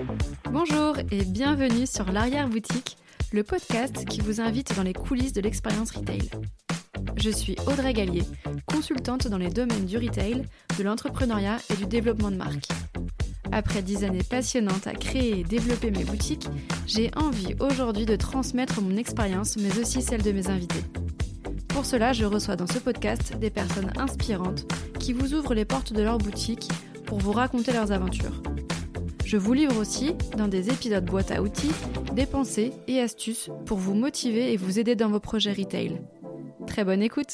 Bonjour et bienvenue sur l'Arrière-Boutique, le podcast qui vous invite dans les coulisses de l'expérience retail. Je suis Audrey Gallier, consultante dans les domaines du retail, de l'entrepreneuriat et du développement de marque. Après 10 années passionnantes à créer et développer mes boutiques, j'ai envie aujourd'hui de transmettre mon expérience, mais aussi celle de mes invités. Pour cela, je reçois dans ce podcast des personnes inspirantes qui vous ouvrent les portes de leur boutique pour vous raconter leurs aventures. Je vous livre aussi, dans des épisodes boîte à outils, des pensées et astuces pour vous motiver et vous aider dans vos projets retail. Très bonne écoute!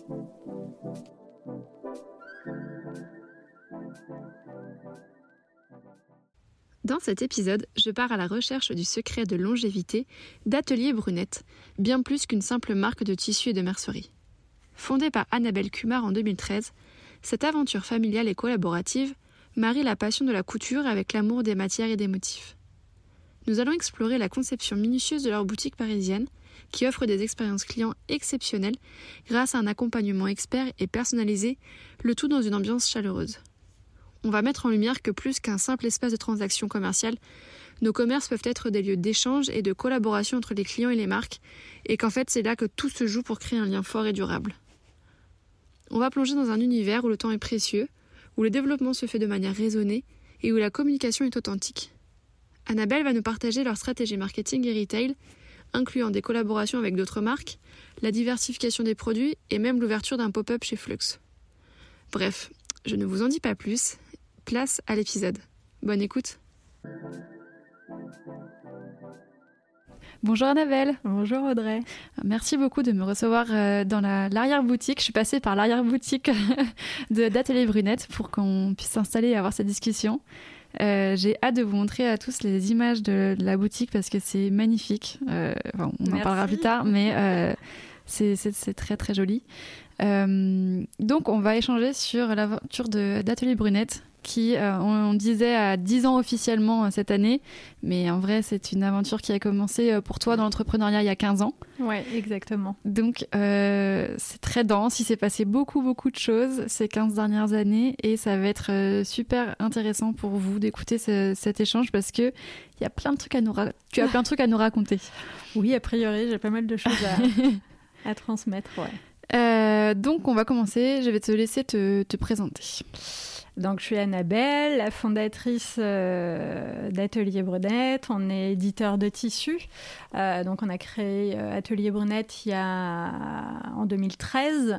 Dans cet épisode, je pars à la recherche du secret de longévité d'Atelier Brunette, bien plus qu'une simple marque de tissus et de mercerie. Fondée par Annabelle Kumar en 2013, cette aventure familiale et collaborative marie la passion de la couture avec l'amour des matières et des motifs. Nous allons explorer la conception minutieuse de leur boutique parisienne, qui offre des expériences clients exceptionnelles grâce à un accompagnement expert et personnalisé, le tout dans une ambiance chaleureuse. On va mettre en lumière que plus qu'un simple espace de transaction commerciale, nos commerces peuvent être des lieux d'échange et de collaboration entre les clients et les marques, et qu'en fait c'est là que tout se joue pour créer un lien fort et durable. On va plonger dans un univers où le temps est précieux, où le développement se fait de manière raisonnée et où la communication est authentique. Annabelle va nous partager leur stratégie marketing et retail, incluant des collaborations avec d'autres marques, la diversification des produits et même l'ouverture d'un pop-up chez Flux. Bref, je ne vous en dis pas plus, place à l'épisode. Bonne écoute. Bonjour Annabelle. Bonjour Audrey. Merci beaucoup de me recevoir dans l'arrière-boutique. Je suis passée par l'arrière-boutique d'Atelier Brunette pour qu'on puisse s'installer et avoir cette discussion. J'ai hâte de vous montrer à tous les images de la boutique parce que c'est magnifique. On en parlera plus tard, mais c'est très très joli. Donc on va échanger sur l'aventure d'Atelier Brunette qui, on disait, a 10 ans officiellement cette année, mais en vrai c'est une aventure qui a commencé pour toi dans l'entrepreneuriat il y a 15 ans. Ouais, exactement. Donc c'est très dense, il s'est passé beaucoup de choses ces 15 dernières années et ça va être super intéressant pour vous d'écouter cet échange parce que il y a plein de trucs tu as plein de trucs à nous raconter. Oui, a priori j'ai pas mal de choses à transmettre, ouais. Donc on va commencer, je vais te laisser te présenter. Donc je suis Annabelle, la fondatrice d'Atelier Brunette. On est éditeur de tissus. Donc on a créé Atelier Brunette en 2013.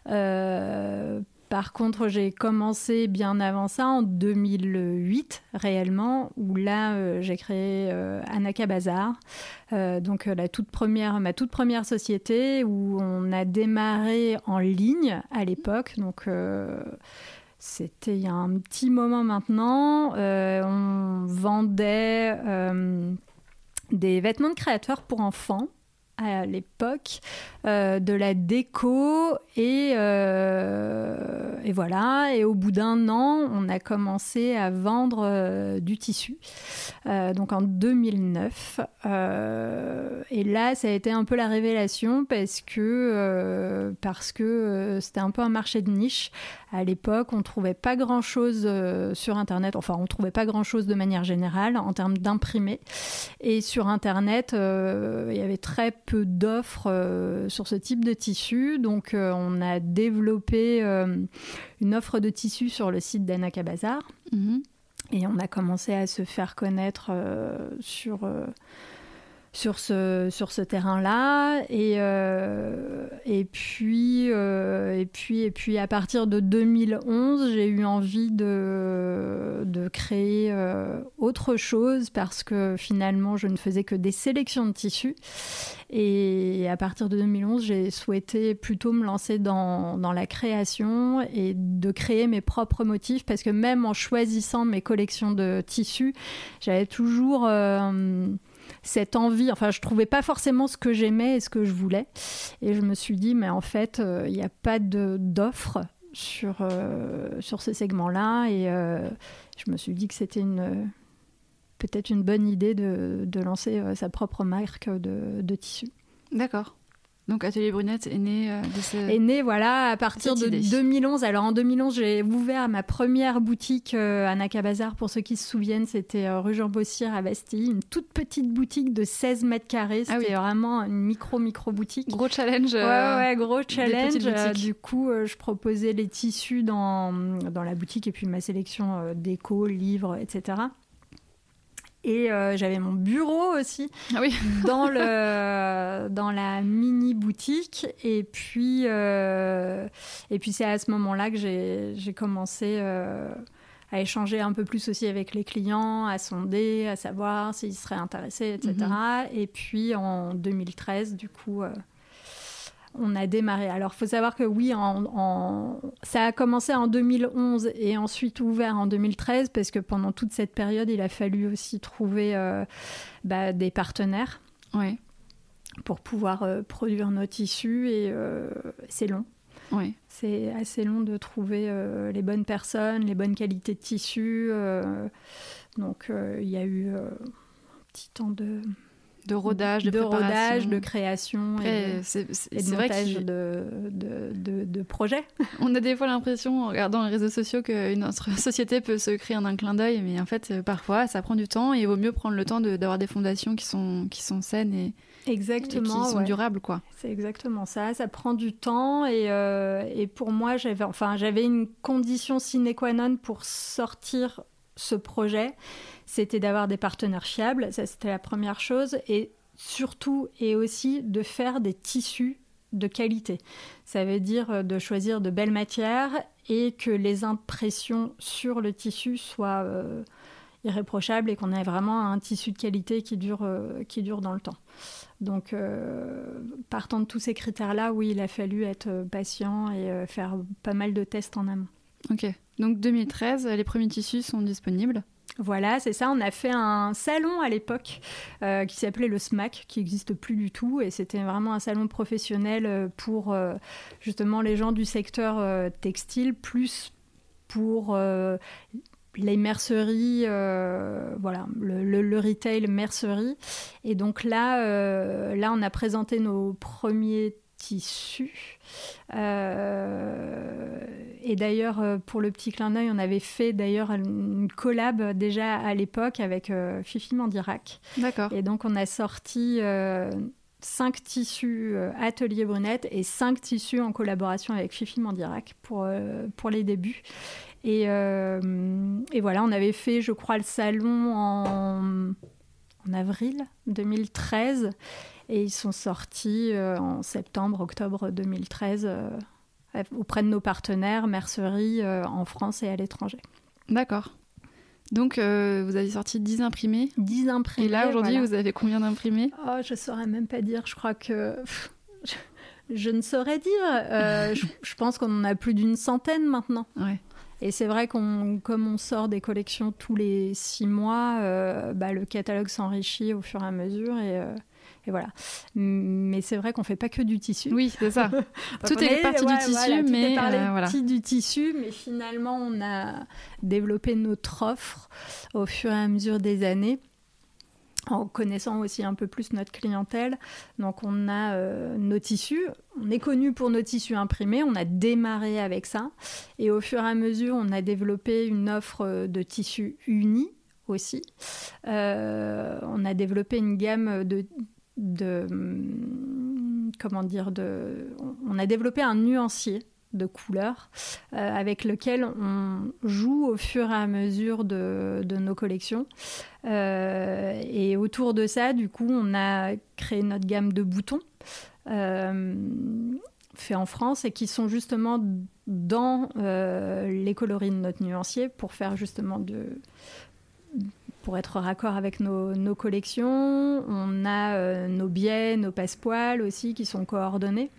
Par contre, j'ai commencé bien avant ça, en 2008, réellement, où là, j'ai créé Anaka Bazar, donc ma toute première société où on a démarré en ligne à l'époque. Donc, c'était il y a un petit moment maintenant. On vendait des vêtements de créateurs pour enfants à l'époque, de la déco et voilà. Et au bout d'un an, on a commencé à vendre du tissu, donc en 2009. Et là, ça a été un peu la révélation parce que c'était un peu un marché de niche. À l'époque, on trouvait pas grand-chose sur Internet. Enfin, on trouvait pas grand-chose de manière générale en termes d'imprimés. Et sur Internet, il y avait très peu d'offres sur ce type de tissu. Donc, on a développé une offre de tissu sur le site d'Anaka Bazar. Mm-hmm. Et on a commencé à se faire connaître sur ce terrain-là. Et puis à partir de 2011, j'ai eu envie de créer autre chose parce que finalement, je ne faisais que des sélections de tissus. Et à partir de 2011, j'ai souhaité plutôt me lancer dans la création et de créer mes propres motifs parce que même en choisissant mes collections de tissus, j'avais toujours cette envie, enfin je trouvais pas forcément ce que j'aimais et ce que je voulais, et je me suis dit mais en fait il n'y a pas d'offre sur ce segment-là, et je me suis dit que c'était peut-être une bonne idée de lancer sa propre marque de tissu. D'accord. Donc Atelier Brunette est né à partir de 2011. Alors en 2011, j'ai ouvert ma première boutique à Naka Bazar. Pour ceux qui se souviennent, c'était rue Jean Bossière à Bastille. Une toute petite boutique de 16 mètres carrés. C'était vraiment une micro boutique. Gros challenge. Gros challenge. Du coup, je proposais les tissus dans la boutique et puis ma sélection déco, livres, etc. Et j'avais mon bureau aussi dans la mini boutique. Et puis c'est à ce moment-là que j'ai commencé à échanger un peu plus aussi avec les clients, à sonder, à savoir s'ils seraient intéressés, etc. Et puis en 2013, du coup, on a démarré. Alors, il faut savoir que oui, ça a commencé en 2011 et ensuite ouvert en 2013 parce que pendant toute cette période, il a fallu aussi trouver des partenaires pour pouvoir produire nos tissus et c'est long. Ouais. C'est assez long de trouver les bonnes personnes, les bonnes qualités de tissus. Donc, il y a eu un petit temps de rodage, de création. Après, et de montage de projets. On a des fois l'impression, en regardant les réseaux sociaux, que notre société peut se créer en un clin d'œil, mais en fait, parfois, ça prend du temps et il vaut mieux prendre le temps d'avoir des fondations qui sont saines et qui sont durables, quoi. C'est exactement ça. Ça prend du temps et pour moi, j'avais une condition sine qua non pour sortir ce projet, c'était d'avoir des partenaires fiables, ça c'était la première chose, et surtout et aussi de faire des tissus de qualité. Ça veut dire de choisir de belles matières et que les impressions sur le tissu soient irréprochables et qu'on ait vraiment un tissu de qualité qui dure dans le temps. Donc, partant de tous ces critères-là, oui, il a fallu être patient et faire pas mal de tests en amont. Ok, donc 2013, les premiers tissus sont disponibles. Voilà, c'est ça. On a fait un salon à l'époque qui s'appelait le SMAC, qui n'existe plus du tout. Et c'était vraiment un salon professionnel pour justement les gens du secteur textile, plus pour les merceries, le retail mercerie. Et donc là, on a présenté nos premiers tissus. Et d'ailleurs, pour le petit clin d'œil, on avait fait d'ailleurs une collab déjà à l'époque avec Fifi Mandirac. D'accord. Et donc, on a sorti 5 tissus Atelier Brunette et 5 tissus en collaboration avec Fifi Mandirac pour les débuts. Et voilà, on avait fait, je crois, le salon en avril 2013. Et ils sont sortis en octobre 2013 auprès de nos partenaires, merceries en France et à l'étranger. D'accord. Donc, vous avez sorti 10 imprimés. 10 imprimés. Et là, aujourd'hui, vous avez combien d'imprimés ? Je ne saurais même pas dire. Je crois que... je ne saurais dire. Je pense qu'on en a plus d'une centaine maintenant. Ouais. Et c'est vrai comme on sort des collections tous les 6 mois, le catalogue s'enrichit au fur et à mesure et voilà. Mais c'est vrai qu'on ne fait pas que du tissu. Oui, c'est ça. Tout est parti du tissu, mais partie du tissu, mais finalement, on a développé notre offre au fur et à mesure des années, en connaissant aussi un peu plus notre clientèle. Donc, on a nos tissus. On est connu pour nos tissus imprimés. On a démarré avec ça. Et au fur et à mesure, on a développé une offre de tissus unis aussi. On a développé une gamme on a développé un nuancier de couleurs avec lequel on joue au fur et à mesure de nos collections. Et autour de ça, du coup, on a créé notre gamme de boutons faits en France et qui sont justement dans les coloris de notre nuancier pour faire justement pour être raccord avec nos collections. On a nos biais, nos passepoils aussi qui sont coordonnés.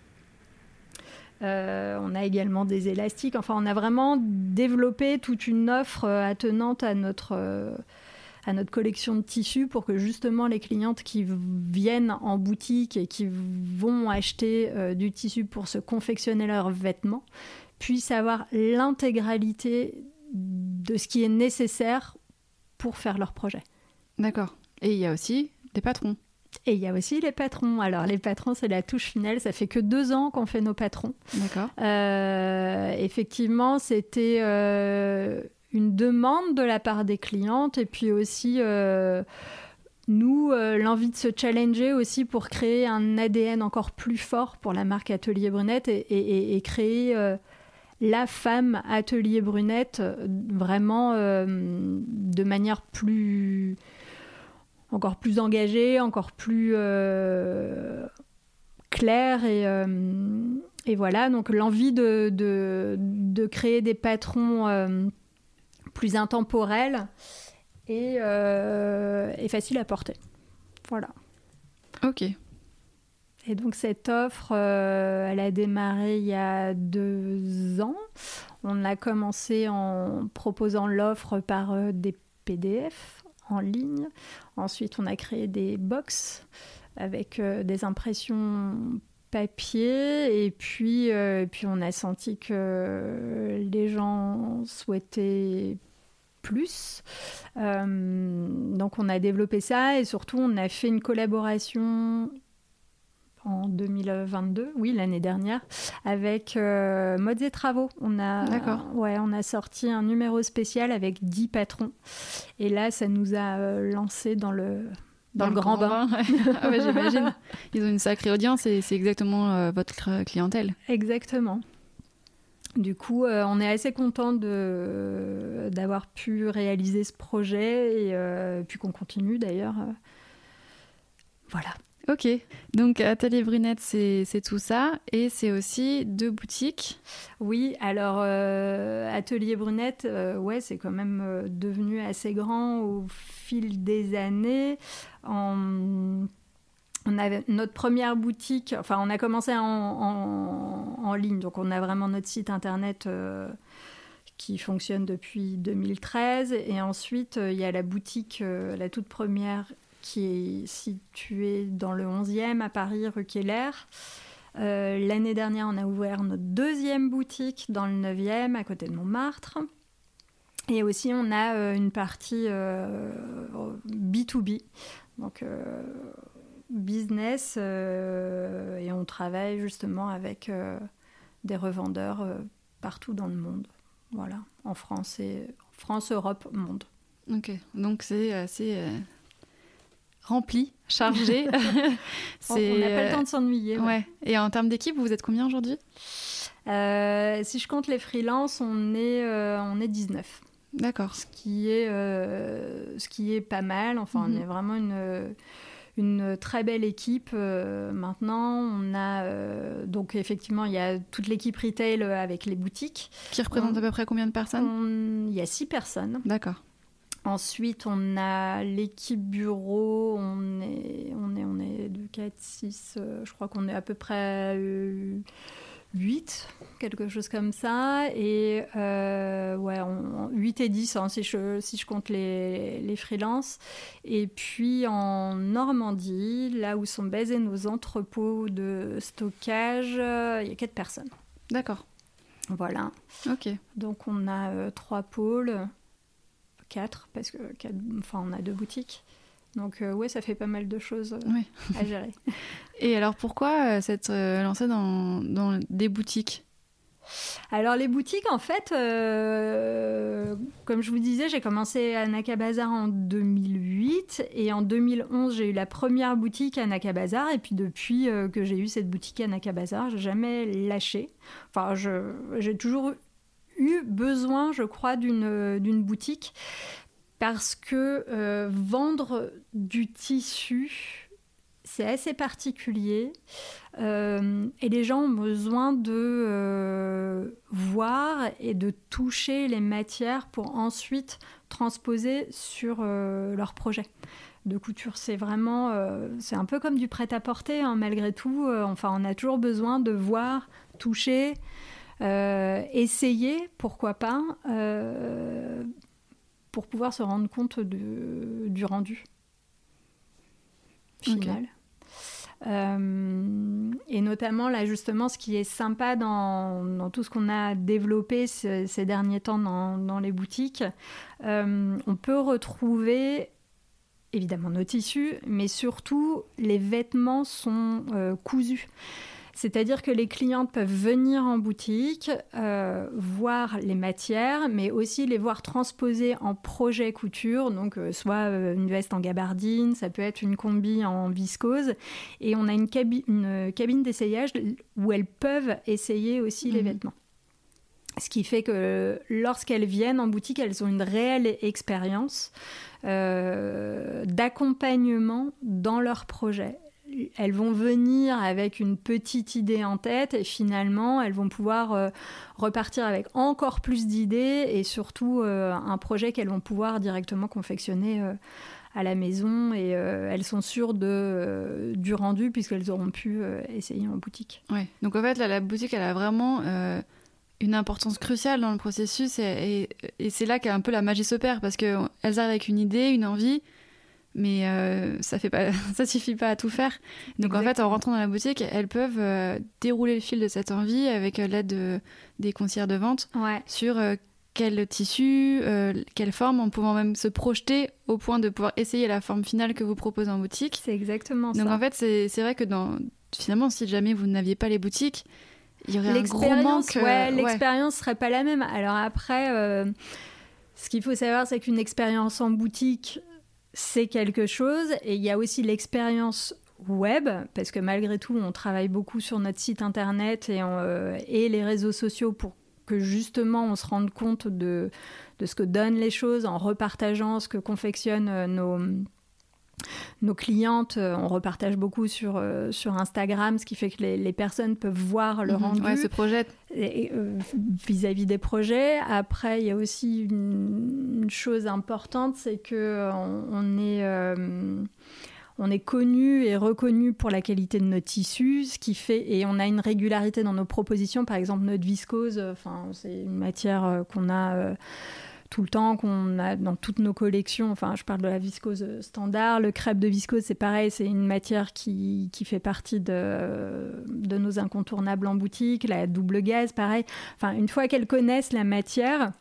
On a également des élastiques. Enfin, on a vraiment développé toute une offre attenante à notre collection de tissus pour que justement les clientes qui viennent en boutique et qui vont acheter du tissu pour se confectionner leurs vêtements puissent avoir l'intégralité de ce qui est nécessaire pour faire leur projet. D'accord. Et il y a aussi des patrons. Et il y a aussi les patrons. Alors, les patrons, c'est la touche finale. Ça fait que 2 ans qu'on fait nos patrons. D'accord. Effectivement, c'était une demande de la part des clientes et puis aussi, nous, l'envie de se challenger aussi pour créer un ADN encore plus fort pour la marque Atelier Brunette et créer la femme Atelier Brunette vraiment de manière encore plus engagée, encore plus claire et voilà, donc l'envie de créer des patrons plus intemporels et facile à porter. Voilà. Ok. Et donc cette offre, elle a démarré il y a 2 ans. On a commencé en proposant l'offre par des PDF en ligne. Ensuite, on a créé des box avec des impressions papier. Et puis on a senti que les gens souhaitaient plus. Donc, on a développé ça et surtout, on a fait une collaboration en 2022, oui, l'année dernière, avec Modes et Travaux. D'accord. On a sorti un numéro spécial avec 10 patrons. Et là, ça nous a lancé dans le grand bain. Ah ouais, j'imagine. Ils ont une sacrée audience et c'est exactement votre clientèle. Exactement. Du coup, on est assez content d'avoir pu réaliser ce projet et puis qu'on continue d'ailleurs. Voilà. Ok, donc Atelier Brunette, c'est tout ça et c'est aussi 2 boutiques. Oui, alors Atelier Brunette, c'est quand même devenu assez grand au fil des années. On avait notre première boutique, enfin on a commencé en ligne, donc on a vraiment notre site internet qui fonctionne depuis 2013 et ensuite il y a la boutique, la toute première qui est située dans le 11e à Paris, rue Keller. L'année dernière, on a ouvert notre 2e boutique dans le 9e, à côté de Montmartre. Et aussi, on a une partie B2B, donc business, et on travaille justement avec des revendeurs partout dans le monde. Voilà, en France, Europe, monde. Ok, donc c'est assez... rempli, chargé. On n'a pas le temps de s'ennuyer. Ouais. Et en termes d'équipe, vous êtes combien aujourd'hui ? Si je compte les freelances, on est 19. D'accord. Ce qui est pas mal. Enfin, on est vraiment une très belle équipe. Maintenant, on a... donc, effectivement, il y a toute l'équipe retail avec les boutiques. Qui représente à peu près combien de personnes ? Il y a 6 personnes. D'accord. Ensuite, on a l'équipe bureau, on est 2, 4, 6, je crois qu'on est à peu près 8, quelque chose comme ça. Et 8 et 10, hein, si je compte les freelances. Et puis en Normandie, là où sont basés nos entrepôts de stockage, il y a 4 personnes. D'accord. Voilà. Ok. Donc on a 3 pôles. 4, parce que on a 2 boutiques. Donc, ça fait pas mal de choses à gérer. Et alors, pourquoi s'être lancé dans des boutiques ? Alors, les boutiques, en fait, comme je vous disais, j'ai commencé à Naka Bazar en 2008. Et en 2011, j'ai eu la première boutique à Naka Bazar. Et puis, depuis que j'ai eu cette boutique à Naka Bazar, je n'ai jamais lâché. Enfin, j'ai toujours eu besoin, je crois, d'une boutique parce que vendre du tissu, c'est assez particulier et les gens ont besoin de voir et de toucher les matières pour ensuite transposer sur leur projet de couture. C'est vraiment, c'est un peu comme du prêt-à-porter, hein, malgré tout. On a toujours besoin de voir, toucher, essayer, pourquoi pas, pour pouvoir se rendre compte du rendu final. Et notamment, là, justement, ce qui est sympa dans tout ce qu'on a développé ces derniers temps dans les boutiques, on peut retrouver évidemment nos tissus, mais surtout les vêtements sont cousus. C'est-à-dire que les clientes peuvent venir en boutique, voir les matières, mais aussi les voir transposées en projet couture, donc soit une veste en gabardine, ça peut être une combi en viscose, et on a une cabine d'essayage où elles peuvent essayer aussi les vêtements. Ce qui fait que lorsqu'elles viennent en boutique, elles ont une réelle expérience d'accompagnement dans leur projet. Elles vont venir avec une petite idée en tête et finalement, elles vont pouvoir repartir avec encore plus d'idées et surtout un projet qu'elles vont pouvoir directement confectionner à la maison et elles sont sûres du rendu puisqu'elles auront pu essayer en boutique. Ouais. Donc en fait, là, la boutique, elle a vraiment une importance cruciale dans le processus et c'est là qu'un peu la magie s'opère parce qu'elles arrivent avec une idée, une envie, mais ça suffit pas à tout faire. Donc en fait, en rentrant dans la boutique, elles peuvent dérouler le fil de cette envie avec l'aide des conseillères de vente sur quel tissu, quelle forme, en pouvant même se projeter au point de pouvoir essayer la forme finale que vous proposez en boutique. C'est exactement ça. Donc en fait, c'est vrai que finalement, si jamais vous n'aviez pas les boutiques, il y aurait un gros manque. L'expérience serait pas la même. Alors après, ce qu'il faut savoir, c'est qu'une expérience en boutique, c'est quelque chose. Et il y a aussi l'expérience web, parce que malgré tout, on travaille beaucoup sur notre site internet et les réseaux sociaux pour que justement on se rende compte de ce que donnent les choses en repartageant ce que confectionnent nos clientes. On repartage beaucoup sur Instagram, ce qui fait que les personnes peuvent voir le rendu. Se projettent. Vis-à-vis des projets. Après, il y a aussi une chose importante, c'est qu'on est connu et reconnu pour la qualité de nos tissus, ce qui fait, et on a une régularité dans nos propositions. Par exemple, notre viscose, c'est une matière qu'on a tout le temps, qu'on a dans toutes nos collections. Enfin, je parle de la viscose standard. Le crêpe de viscose, c'est pareil, c'est une matière qui fait partie de nos incontournables en boutique. La double gaze, pareil. Enfin, une fois qu'elles connaissent la matière,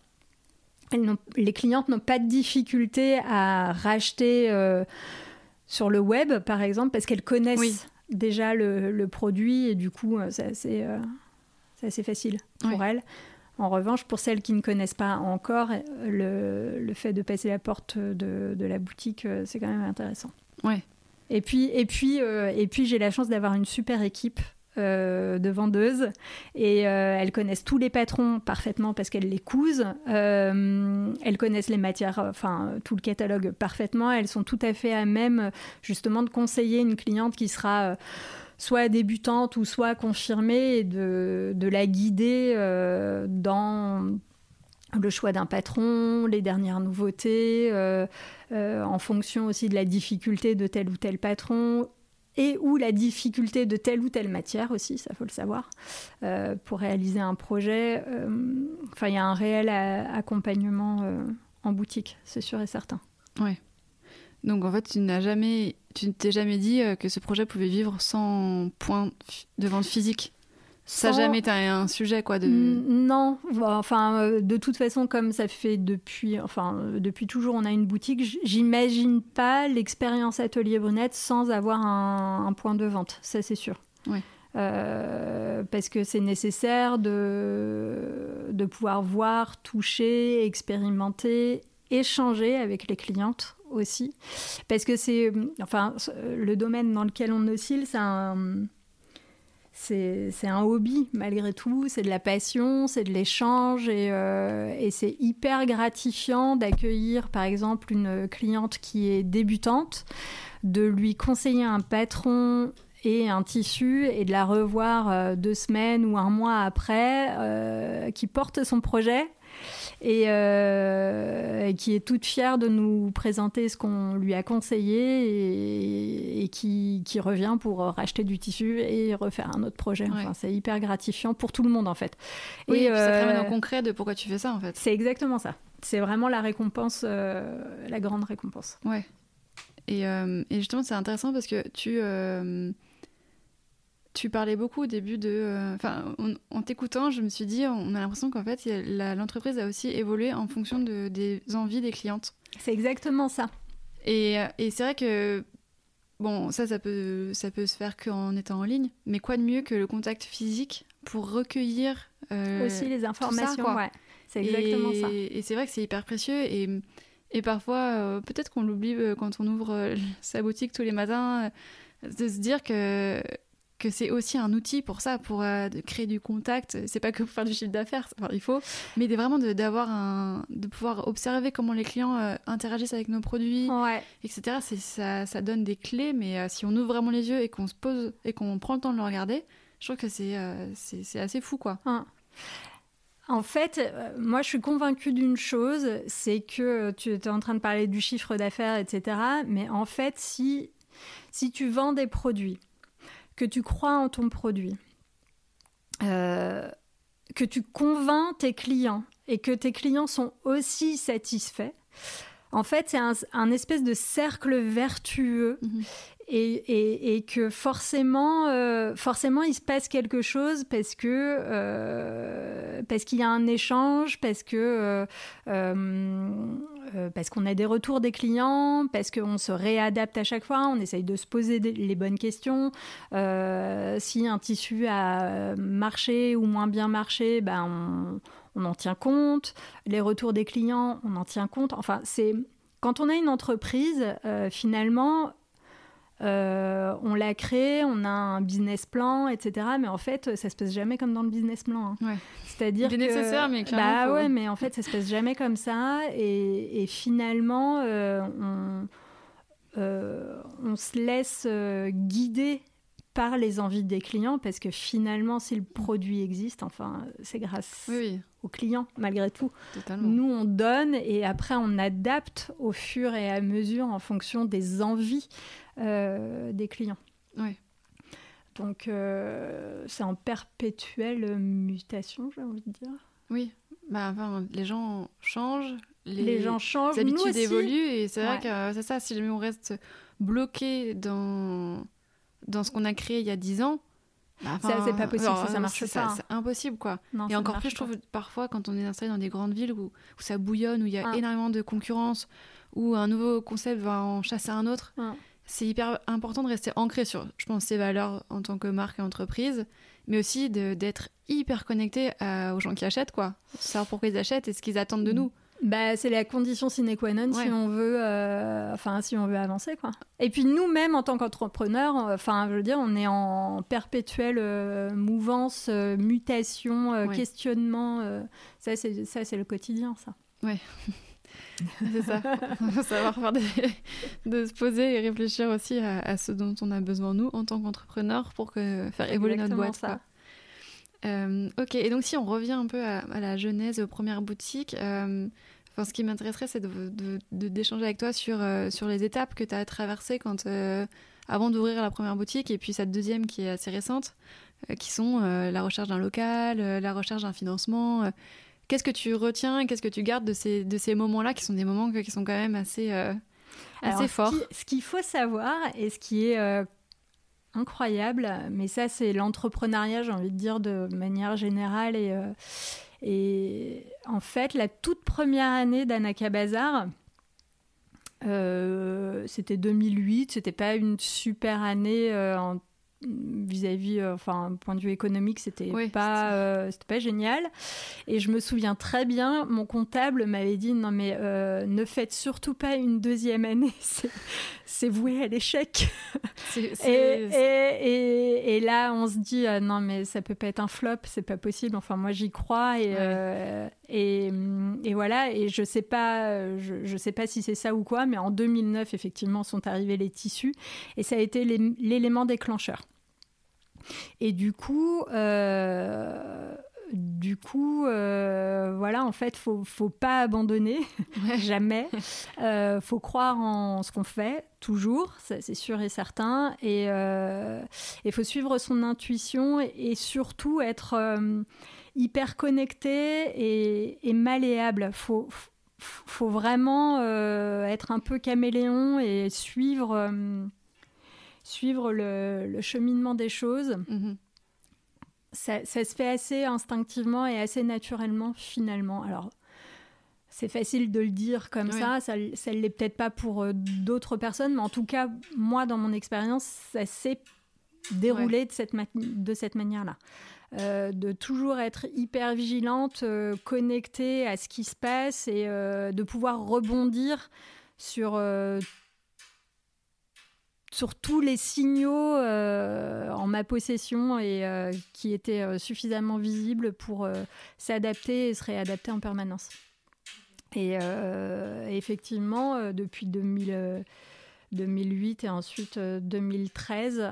les clientes n'ont pas de difficulté à racheter sur le web, par exemple, parce qu'elles connaissent déjà le produit et du coup, c'est assez facile pour elles. En revanche, pour celles qui ne connaissent pas encore, le fait de passer la porte de la boutique, c'est quand même intéressant. Ouais. Et puis, j'ai la chance d'avoir une super équipe de vendeuses et elles connaissent tous les patrons parfaitement parce qu'elles les cousent. Elles connaissent les matières, tout le catalogue parfaitement. Elles sont tout à fait à même justement de conseiller une cliente qui sera soit débutante ou soit confirmée et de la guider dans le choix d'un patron, les dernières nouveautés, en fonction aussi de la difficulté de tel ou tel patron et ou la difficulté de telle ou telle matière aussi, ça faut le savoir, pour réaliser un projet. Il y a un réel accompagnement en boutique, c'est sûr et certain. Ouais. Donc en fait, tu ne t'es jamais dit que ce projet pouvait vivre sans point de vente physique. Ça n'a jamais été un sujet, quoi. Non, de toute façon, comme ça fait depuis toujours, on a une boutique. J'imagine pas l'expérience Atelier Brunette sans avoir un point de vente. Ça, c'est sûr. Ouais. Parce que c'est nécessaire de pouvoir voir, toucher, expérimenter, échanger avec les clientes aussi, parce que le domaine dans lequel on oscille, c'est un hobby malgré tout, c'est de la passion, c'est de l'échange et c'est hyper gratifiant d'accueillir par exemple une cliente qui est débutante, de lui conseiller un patron et un tissu et de la revoir 2 semaines ou 1 mois après, qui porte son projet et qui est toute fière de nous présenter ce qu'on lui a conseillé et qui revient pour racheter du tissu et refaire un autre projet. C'est hyper gratifiant pour tout le monde en fait. Oui, et puis ça te ramène au concret de pourquoi tu fais ça en fait. C'est exactement ça. C'est vraiment la récompense, la grande récompense. Ouais. Et justement c'est intéressant parce que tu parlais beaucoup au début en t'écoutant, je me suis dit, on a l'impression qu'en fait, l'entreprise a aussi évolué en fonction des envies des clientes. C'est exactement ça. Et c'est vrai que bon, ça peut se faire qu'en étant en ligne, mais quoi de mieux que le contact physique pour recueillir aussi les informations, ça, ouais. C'est exactement ça. Et c'est vrai que c'est hyper précieux et parfois, peut-être qu'on l'oublie quand on ouvre sa boutique tous les matins, de se dire que c'est aussi un outil pour ça, pour créer du contact. C'est pas que pour faire du chiffre d'affaires, enfin, il faut, mais vraiment de pouvoir observer comment les clients interagissent avec nos produits, etc. Ça donne des clés, mais si on ouvre vraiment les yeux et qu'on se pose et qu'on prend le temps de le regarder, je trouve que c'est assez fou, quoi. En fait, moi, je suis convaincue d'une chose, c'est que tu étais en train de parler du chiffre d'affaires, etc. Mais en fait, si tu vends des produits, que tu crois en ton produit, que tu convaincs tes clients et que tes clients sont aussi satisfaits, en fait, c'est un espèce de cercle vertueux. Et que forcément, il se passe quelque chose parce qu'il y a un échange, parce qu'on a des retours des clients, parce qu'on se réadapte à chaque fois, on essaye de se poser les bonnes questions. Si un tissu a marché ou moins bien marché, ben on en tient compte. Les retours des clients, on en tient compte. Enfin, quand on a une entreprise, finalement... on l'a créé, on a un business plan, etc. Mais en fait, ça se passe jamais comme dans le business plan. Ouais. C'est-à-dire que nécessaire, mais clairement. Ouais, mais en fait, ça se passe jamais comme ça. Et finalement, on se laisse guider par les envies des clients, parce que finalement, si le produit existe, enfin, c'est grâce aux clients, malgré tout. Totalement. Nous, on donne et après, on adapte au fur et à mesure en fonction des envies des clients. Ouais. Donc, c'est en perpétuelle mutation, j'ai envie de dire. Oui, les gens changent, les habitudes évoluent, et c'est vrai que c'est ça, si jamais on reste bloqué dans ce qu'on a créé il y a 10 ans, ça, c'est pas possible, ça marche pas. C'est impossible, quoi. Non, et encore plus, je trouve, parfois, quand on est installé dans des grandes villes où ça bouillonne, où il y a énormément de concurrence, où un nouveau concept va en chasser un autre, c'est hyper important de rester ancré sur, je pense, ses valeurs en tant que marque et entreprise, mais aussi d'être hyper connecté aux gens qui achètent, quoi. Savoir pourquoi ils achètent et ce qu'ils attendent de nous. C'est la condition sine qua non si on veut avancer, quoi. Et puis nous-mêmes en tant qu'entrepreneurs, je veux dire, on est en perpétuelle mouvance, mutation, questionnement. Ça c'est le quotidien, ça. Ouais. C'est ça. Il faut savoir de se poser et réfléchir aussi à ce dont on a besoin, nous, en tant qu'entrepreneurs, pour faire évoluer notre boîte. Ça. Ok, et donc si on revient un peu à la genèse, aux premières boutiques, ce qui m'intéresserait, c'est d'échanger avec toi sur les étapes que tu as traversées avant d'ouvrir la première boutique, et puis cette deuxième qui est assez récente, qui sont la recherche d'un local, la recherche d'un financement. Qu'est-ce que tu retiens et qu'est-ce que tu gardes de ces moments-là, qui sont des moments qui sont quand même assez forts? Ce qu'il faut savoir, et ce qui est incroyable, mais ça c'est l'entrepreneuriat, j'ai envie de dire de manière générale, et en fait la toute première année d'Anaka Bazar, c'était 2008, c'était pas une super année vis-à-vis, point de vue économique, c'était pas génial. Et je me souviens très bien, mon comptable m'avait dit non mais ne faites surtout pas une deuxième année, c'est voué à l'échec. Et là on se dit non mais ça peut pas être un flop, c'est pas possible. Enfin moi j'y crois et voilà, et je sais pas si c'est ça ou quoi, mais en 2009 effectivement sont arrivés les tissus et ça a été l'élément déclencheur. Et du coup, voilà, en fait, faut pas abandonner, jamais. Faut croire en ce qu'on fait, toujours, ça, c'est sûr et certain. Et faut suivre son intuition et surtout être hyper connecté et malléable. Faut vraiment être un peu caméléon et suivre le cheminement des choses. Mm-hmm. Ça se fait assez instinctivement et assez naturellement, finalement. Alors, C'est facile de le dire comme ça ne l'est peut-être pas pour d'autres personnes, mais en tout cas, moi, dans mon expérience, ça s'est déroulé de cette manière-là. De toujours être hyper vigilante, connectée à ce qui se passe et de pouvoir rebondir sur tous les signaux en ma possession et qui étaient suffisamment visibles pour s'adapter et se réadapter en permanence. Et effectivement, depuis 2008 et ensuite 2013,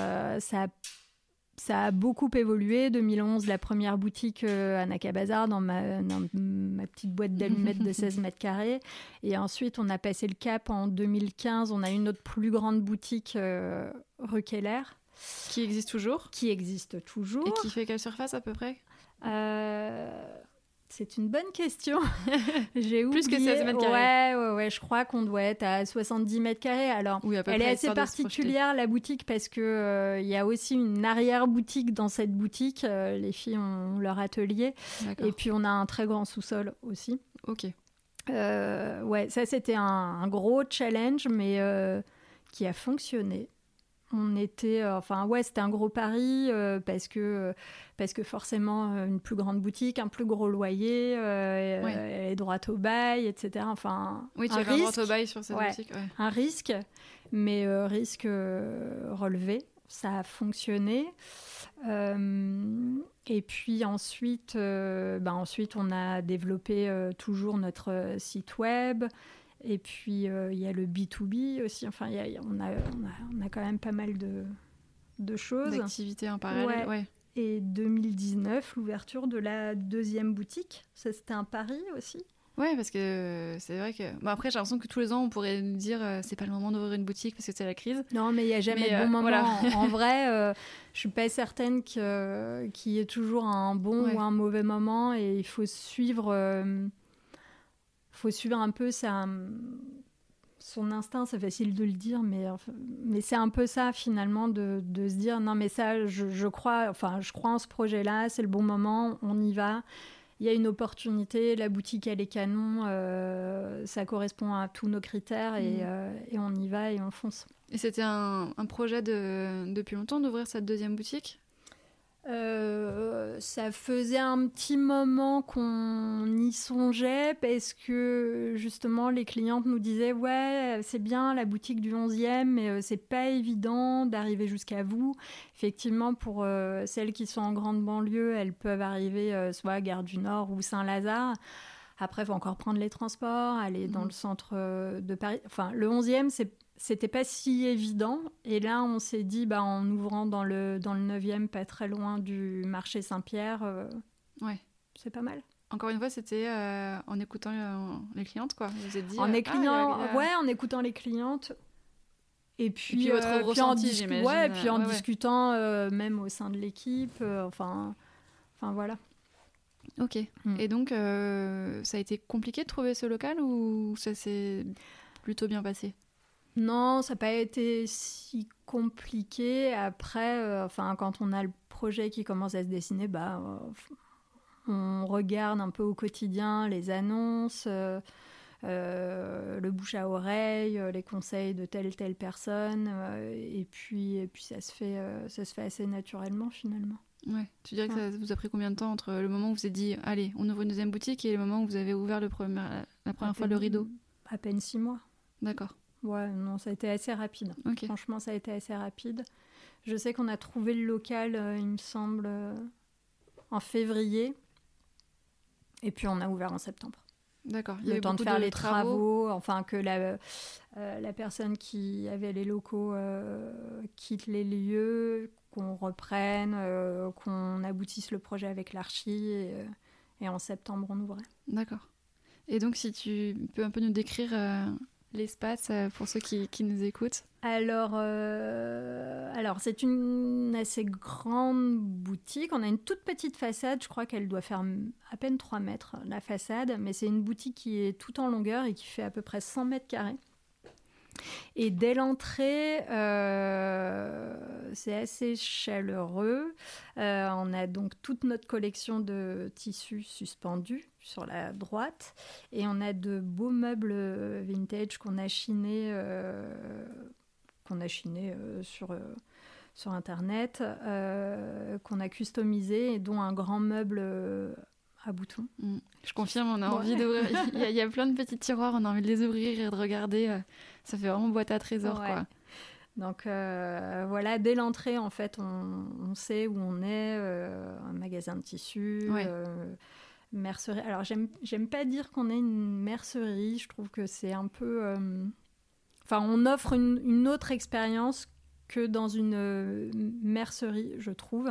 ça a beaucoup évolué. 2011, la première boutique à Naka Bazar dans ma petite boîte d'allumettes de 16 mètres carrés. Et ensuite, on a passé le cap en 2015. On a une autre plus grande boutique rue Keller. Qui existe toujours ? Qui existe toujours. Et qui fait quelle surface à peu près ? C'est une bonne question. J'ai oublié. Plus que 16 mètres carrés. Ouais, je crois qu'on doit être à 70 mètres carrés. Alors, oui, elle est assez particulière, la boutique, parce qu'il y a aussi une arrière-boutique dans cette boutique. Les filles ont leur atelier. D'accord. Et puis, on a un très grand sous-sol aussi. Ok. Ça, c'était un gros challenge, mais qui a fonctionné. On était, c'était un gros pari parce que forcément une plus grande boutique, un plus gros loyer, droit au bail, etc. Enfin, oui, tu avais un droit au bail sur cette boutique. Ouais. Un risque, mais risque relevé. Ça a fonctionné. Et puis ensuite, on a développé toujours notre site web. Et puis, il y a le B2B aussi. Enfin, on a quand même pas mal de choses. D'activités en parallèle, ouais. Et 2019, l'ouverture de la deuxième boutique. Ça, c'était un pari aussi. Ouais, parce que c'est vrai que... Bon, après, j'ai l'impression que tous les ans, on pourrait nous dire c'est pas le moment d'ouvrir une boutique parce que c'est la crise. Non, mais il n'y a jamais de bon moment. Voilà. En vrai, je suis pas certaine qu'il y ait toujours un bon ou un mauvais moment. Et il faut suivre... faut suivre un peu son instinct, c'est facile de le dire, mais c'est un peu ça finalement de se dire non mais ça je crois en ce projet-là, c'est le bon moment, on y va, il y a une opportunité, la boutique elle est canon, ça correspond à tous nos critères et on y va et on fonce. Et c'était un projet depuis longtemps d'ouvrir cette deuxième boutique ? Ça faisait un petit moment qu'on y songeait parce que justement les clientes nous disaient ouais c'est bien la boutique du 11e mais c'est pas évident d'arriver jusqu'à vous. Effectivement pour celles qui sont en grande banlieue elles peuvent arriver soit à Gare du Nord ou Saint-Lazare. Après il faut encore prendre les transports, aller dans le centre de Paris. Enfin le 11e c'était pas si évident. Et là, on s'est dit, en ouvrant dans le 9e, pas très loin du marché Saint-Pierre, c'est pas mal. Encore une fois, c'était en écoutant les clientes, quoi. Vous vous êtes dit... en écoutant les clientes. Et puis votre ressenti, j'imagine. Ouais, et puis en discutant même au sein de l'équipe. Enfin, voilà. Ok. Et donc, ça a été compliqué de trouver ce local ou ça s'est plutôt bien passé ? Non, ça n'a pas été si compliqué. Après, quand on a le projet qui commence à se dessiner, on regarde un peu au quotidien les annonces, le bouche à oreille, les conseils de telle personne, et puis ça se fait assez naturellement finalement. Ouais. Tu dirais que ça vous a pris combien de temps entre le moment où vous vous êtes dit allez, on ouvre une deuxième boutique et le moment où vous avez ouvert la première fois le rideau ? À peine 6 mois. D'accord. Ouais, non, ça a été assez rapide. Okay. Franchement, ça a été assez rapide. Je sais qu'on a trouvé le local, il me semble, en février. Et puis, on a ouvert en septembre. D'accord. Le temps de faire les travaux. Enfin, que la personne qui avait les locaux quitte les lieux, qu'on reprenne, qu'on aboutisse le projet avec l'archi. Et en septembre, on ouvrait. D'accord. Et donc, si tu peux un peu nous décrire... l'espace pour ceux qui nous écoutent. Alors, c'est une assez grande boutique. On a une toute petite façade. Je crois qu'elle doit faire à peine 3 mètres, la façade. Mais c'est une boutique qui est tout en longueur et qui fait à peu près 100 mètres carrés. Et dès l'entrée, c'est assez chaleureux. On a donc toute notre collection de tissus suspendus sur la droite. Et on a de beaux meubles vintage qu'on a chinés sur Internet, qu'on a customisés, et dont un grand meuble à boutons. Je confirme, on a envie d'ouvrir. Il y a plein de petits tiroirs, on a envie de les ouvrir et de regarder. Ça fait vraiment boîte à trésors, quoi. Donc voilà, dès l'entrée, en fait, on sait où on est. Un magasin de tissus, mercerie. Alors, j'aime pas dire qu'on est une mercerie. Je trouve que c'est un peu... Enfin, on offre une autre expérience que dans une mercerie, je trouve.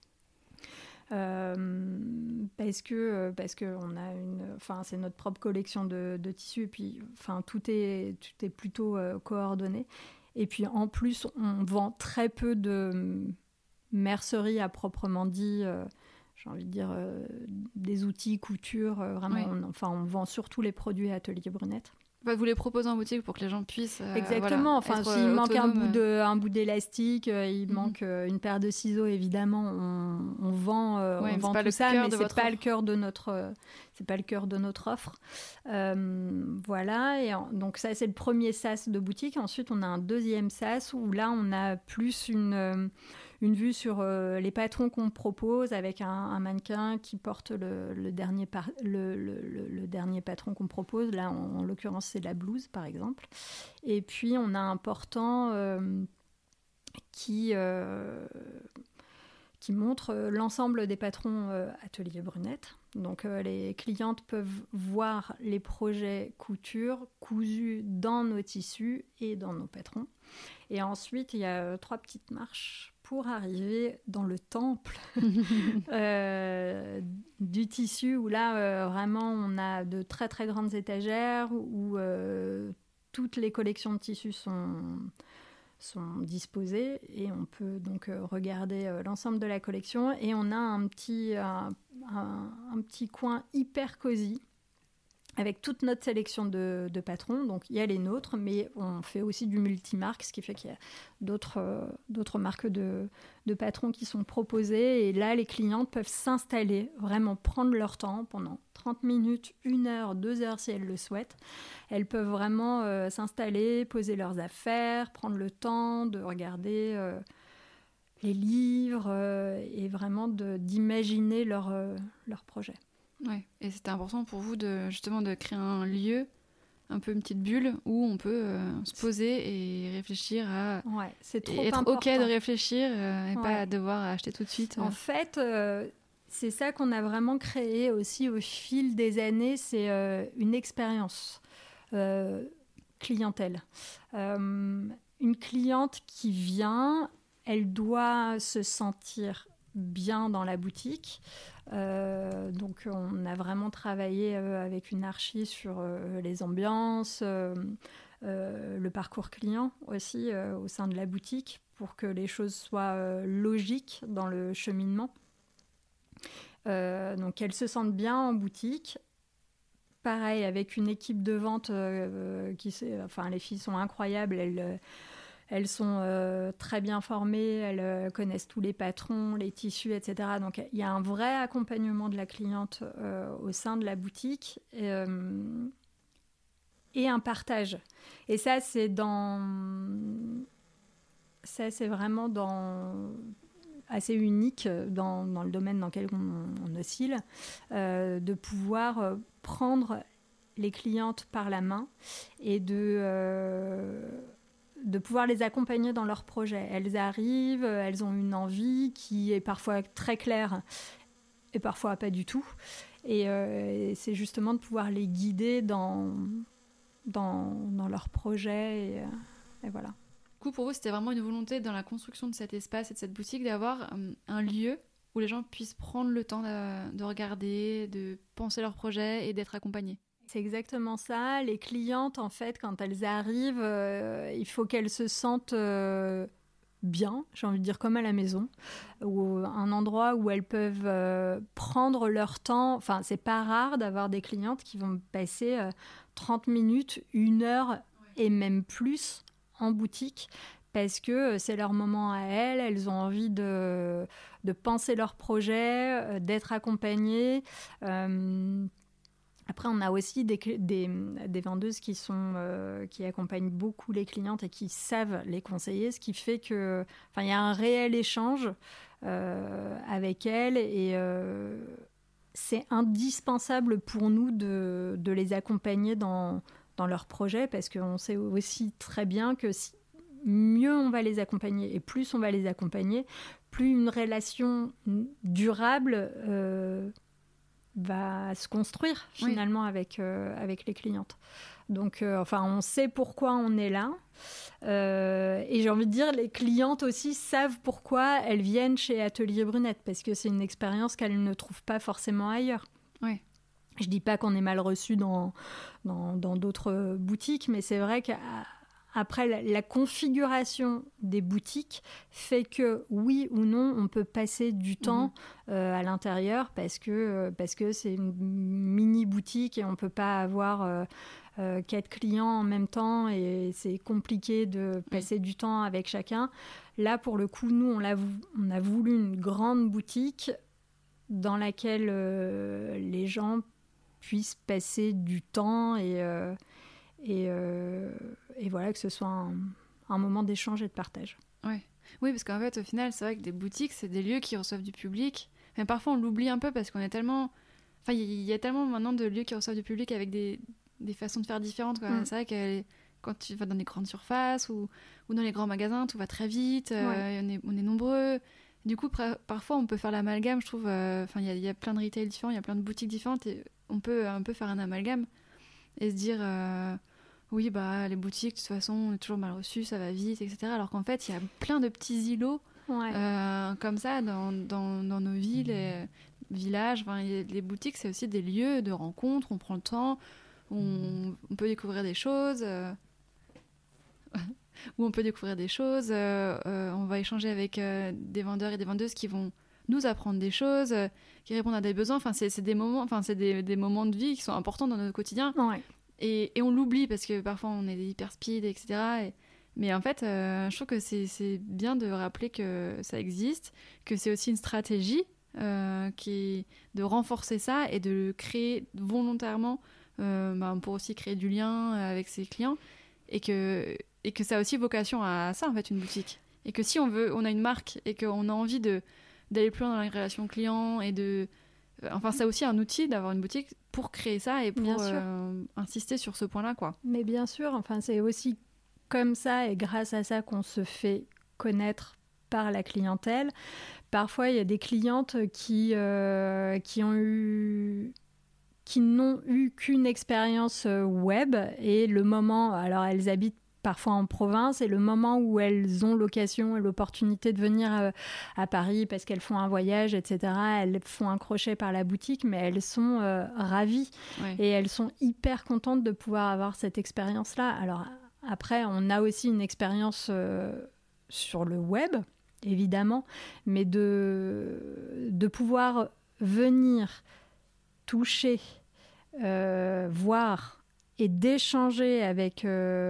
Parce que on a c'est notre propre collection de tissus, et puis tout est plutôt coordonné. Et puis en plus, on vend très peu de mercerie à proprement dit. J'ai envie de dire des outils, couture, vraiment. On vend surtout les produits Atelier Brunette. Vous les proposez en boutique pour que les gens puissent exactement. S'il manque un bout d'élastique, il manque une paire de ciseaux, évidemment, on vend tout ça, mais c'est pas le cœur de notre offre. Voilà. Et donc ça, c'est le premier sas de boutique. Ensuite, on a un deuxième sas où là, on a plus une vue sur les patrons qu'on propose, avec un mannequin qui porte le dernier patron qu'on propose. Là, en l'occurrence, c'est la blouse, par exemple. Et puis, on a un portant qui montre l'ensemble des patrons Atelier Brunette. Donc, les clientes peuvent voir les projets couture cousus dans nos tissus et dans nos patrons. Et ensuite, il y a 3 petites marches pour arriver dans le temple du tissu, où là, vraiment, on a de très, très grandes étagères où toutes les collections de tissus sont disposées, et on peut donc regarder l'ensemble de la collection. Et on a un petit coin hyper cosy avec toute notre sélection de patrons. Donc il y a les nôtres, mais on fait aussi du multimarque, ce qui fait qu'il y a d'autres marques de patrons qui sont proposées. Et là, les clientes peuvent s'installer, vraiment prendre leur temps pendant 30 minutes, 1 heure, 2 heures si elles le souhaitent. Elles peuvent vraiment s'installer, poser leurs affaires, prendre le temps de regarder les livres et vraiment d'imaginer leur projet. Ouais. Et c'était important pour vous de créer un lieu, un peu une petite bulle, où on peut se poser et réfléchir à... Ouais, c'est trop et être important. OK de réfléchir et pas devoir acheter tout de suite. En fait, c'est ça qu'on a vraiment créé aussi au fil des années, c'est une expérience clientèle. Une cliente qui vient, elle doit se sentir bien dans la boutique. Donc on a vraiment travaillé avec une archi sur les ambiances, le parcours client aussi au sein de la boutique, pour que les choses soient logiques dans le cheminement. Donc elles se sentent bien en boutique. Pareil, avec une équipe de vente les filles sont incroyables. Elles sont très bien formées, elles connaissent tous les patrons, les tissus, etc. Donc il y a un vrai accompagnement de la cliente au sein de la boutique et un partage. Et ça, c'est vraiment assez unique dans le domaine dans lequel on oscille, de pouvoir prendre les clientes par la main et de pouvoir les accompagner dans leurs projets. Elles arrivent, elles ont une envie qui est parfois très claire et parfois pas du tout. Et c'est justement de pouvoir les guider dans leurs projets. Et voilà. Du coup, pour vous, c'était vraiment une volonté dans la construction de cet espace et de cette boutique d'avoir un lieu où les gens puissent prendre le temps de regarder, de penser leurs projets et d'être accompagnés. C'est exactement ça. Les clientes, en fait, quand elles arrivent, il faut qu'elles se sentent bien, j'ai envie de dire comme à la maison, ou un endroit où elles peuvent prendre leur temps. Enfin, c'est pas rare d'avoir des clientes qui vont passer 30 minutes, 1 heure et même plus en boutique, parce que c'est leur moment à elles ont envie de penser leur projet, d'être accompagnées. Après, on a aussi des vendeuses qui accompagnent beaucoup les clientes et qui savent les conseiller, ce qui fait que, il y a un réel échange avec elles et c'est indispensable pour nous de les accompagner dans leurs projets, parce qu'on sait aussi très bien que mieux on va les accompagner et plus on va les accompagner, plus une relation durable va se construire finalement avec les clientes. Donc, on sait pourquoi on est là. Et j'ai envie de dire, les clientes aussi savent pourquoi elles viennent chez Atelier Brunette, parce que c'est une expérience qu'elles ne trouvent pas forcément ailleurs. Oui. Je dis pas qu'on est mal reçu dans d'autres boutiques, mais c'est vrai qu'après la configuration des boutiques fait que oui ou non on peut passer du temps à l'intérieur, parce que c'est une mini boutique et on peut pas avoir 4 clients en même temps et c'est compliqué de passer du temps avec chacun. Là pour le coup, nous on a voulu une grande boutique dans laquelle les gens puissent passer du temps et voilà, que ce soit un moment d'échange et de partage. Ouais. Oui, parce qu'en fait, au final, c'est vrai que des boutiques, c'est des lieux qui reçoivent du public. Mais parfois, on l'oublie un peu parce qu'on est tellement... Enfin, il y a tellement maintenant de lieux qui reçoivent du public avec des façons de faire différentes, quoi. C'est vrai que quand tu vas dans les grandes surfaces ou dans les grands magasins, tout va très vite, on est nombreux. Du coup, parfois, on peut faire l'amalgame, je trouve. Il y a plein de retail différents, il y a plein de boutiques différentes et on peut un peu faire un amalgame et se dire oui, les boutiques, de toute façon, on est toujours mal reçus, ça va vite, etc. Alors qu'en fait, il y a plein de petits îlots comme ça dans nos villes et villages. Les boutiques, c'est aussi des lieux de rencontre, on prend le temps, on peut découvrir des choses. Où on peut découvrir des choses, on va échanger avec des vendeurs et des vendeuses qui vont nous apprendre des choses, qui répondent à des besoins. C'est des moments, c'est des moments de vie qui sont importants dans notre quotidien. Et on l'oublie parce que parfois on est hyper speed, etc. Mais en fait, je trouve que c'est bien de rappeler que ça existe, que c'est aussi une stratégie qui est de renforcer ça et de le créer volontairement pour aussi créer du lien avec ses clients. Et que ça a aussi vocation à ça, en fait, une boutique. Et que si on a une marque et qu'on a envie d'aller plus loin dans la relation client et c'est aussi un outil d'avoir une boutique pour créer ça et pour insister sur ce point-là, quoi. Mais bien sûr, c'est aussi comme ça et grâce à ça qu'on se fait connaître par la clientèle. Parfois, il y a des clientes qui n'ont eu qu'une expérience web et le moment, alors elles habitent parfois en province, et le moment où elles ont l'occasion et l'opportunité de venir à Paris parce qu'elles font un voyage, etc., elles font un crochet par la boutique, mais elles sont ravies et elles sont hyper contentes de pouvoir avoir cette expérience-là. Alors après, on a aussi une expérience sur le web, évidemment, mais de pouvoir venir toucher, voir et d'échanger avec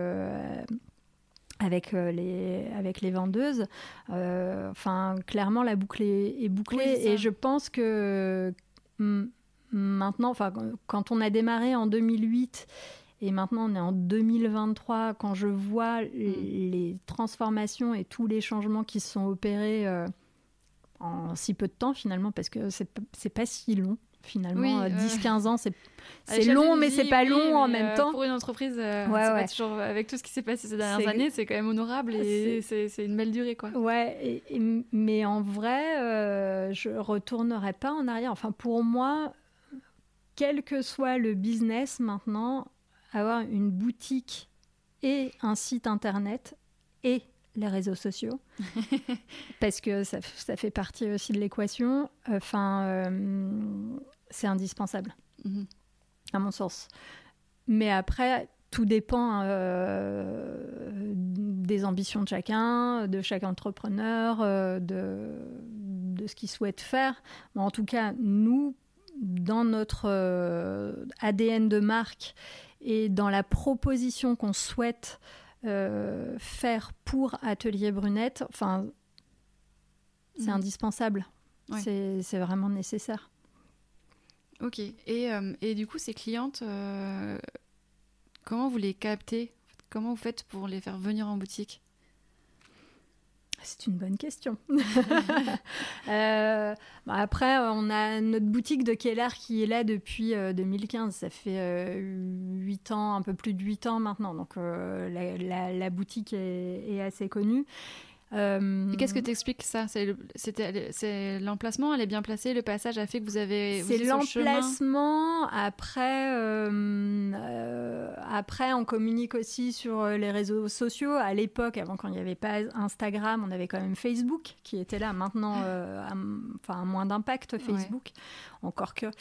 les vendeuses, clairement la boucle est bouclée. Et je pense que maintenant, quand on a démarré en 2008 et maintenant on est en 2023, quand je vois les transformations et tous les changements qui se sont opérés en si peu de temps finalement, parce que c'est pas si long. Finalement, 10-15 ans, c'est long, mais c'est pas long en même temps. Pour une entreprise, c'est pas toujours, avec tout ce qui s'est passé ces dernières années, c'est quand même honorable et c'est une belle durée, quoi. Ouais, mais en vrai, je retournerai pas en arrière. Enfin, pour moi, quel que soit le business maintenant, avoir une boutique et un site internet et les réseaux sociaux, parce que ça fait partie aussi de l'équation. C'est indispensable, à mon sens. Mais après, tout dépend des ambitions de chaque entrepreneur, de ce qu'il souhaite faire. Mais en tout cas, nous, dans notre ADN de marque et dans la proposition qu'on souhaite faire pour Atelier Brunette, enfin, c'est indispensable. Ouais. C'est vraiment nécessaire. Ok. Et du coup, ces clientes, comment vous les captez ? Comment vous faites pour les faire venir en boutique ? C'est une bonne question. Après, on a notre boutique de Keller qui est là depuis 2015. Ça fait 8 ans, un peu plus de 8 ans maintenant. Donc, la boutique est assez connue. Et qu'est-ce que t'expliques ça ? C'est l'emplacement, elle est bien placée, le passage a fait que vous avez... C'est l'emplacement, après on communique aussi sur les réseaux sociaux. À l'époque, avant quand il n'y avait pas Instagram, on avait quand même Facebook qui était là. Maintenant, moins d'impact Facebook, encore que...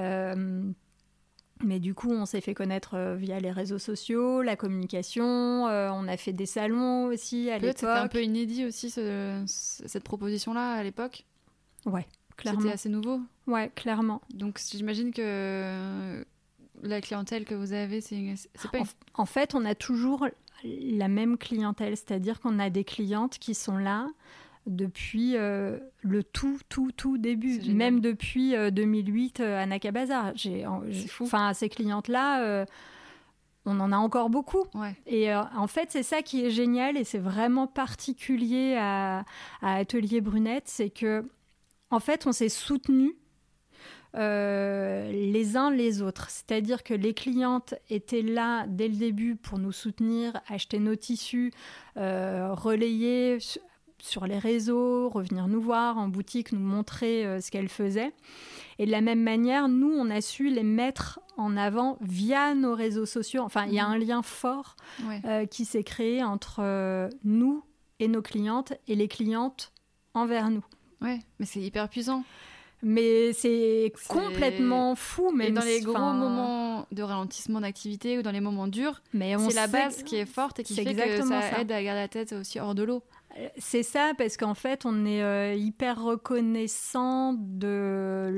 Mais du coup, on s'est fait connaître via les réseaux sociaux, la communication. On a fait des salons aussi à l'époque. C'était un peu inédit aussi, cette proposition-là, à l'époque. Ouais, clairement. C'était assez nouveau. Ouais, clairement. Donc, j'imagine que la clientèle que vous avez, c'est pas... En fait, on a toujours la même clientèle. C'est-à-dire qu'on a des clientes qui sont là depuis le tout début, même depuis 2008 à Naka Bazar. C'est fou. Enfin, ces clientes-là, on en a encore beaucoup. Ouais. Et en fait, c'est ça qui est génial et c'est vraiment particulier à Atelier Brunette, c'est que, en fait, on s'est soutenus les uns les autres. C'est-à-dire que les clientes étaient là dès le début pour nous soutenir, acheter nos tissus, relayer sur les réseaux, revenir nous voir en boutique, nous montrer ce qu'elles faisaient. Et de la même manière, nous, on a su les mettre en avant via nos réseaux sociaux. Enfin, il y a un lien fort qui s'est créé entre nous et nos clientes et les clientes envers nous. Ouais, mais c'est hyper puissant. Mais c'est complètement fou. Même et dans les gros moments de ralentissement d'activité ou dans les moments durs, c'est la base qui est forte et qui fait que ça aide à garder la tête aussi hors de l'eau. C'est ça, parce qu'en fait, on est hyper reconnaissant de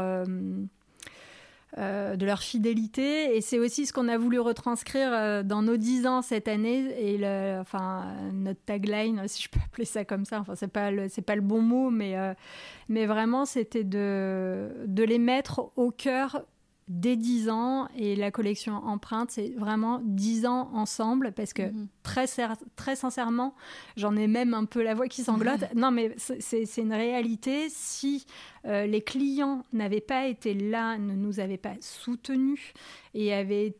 leur fidélité. Et c'est aussi ce qu'on a voulu retranscrire dans nos 10 ans cette année. Et notre tagline, si je peux appeler ça comme ça, enfin, c'est pas le bon mot, mais vraiment, c'était de les mettre au cœur des 10 ans. Et la collection Empreinte, c'est vraiment 10 ans ensemble, parce que très sincèrement, j'en ai même un peu la voix qui sanglote. Non, mais c'est une réalité. Si les clients n'avaient pas été là, ne nous avaient pas soutenus et avaient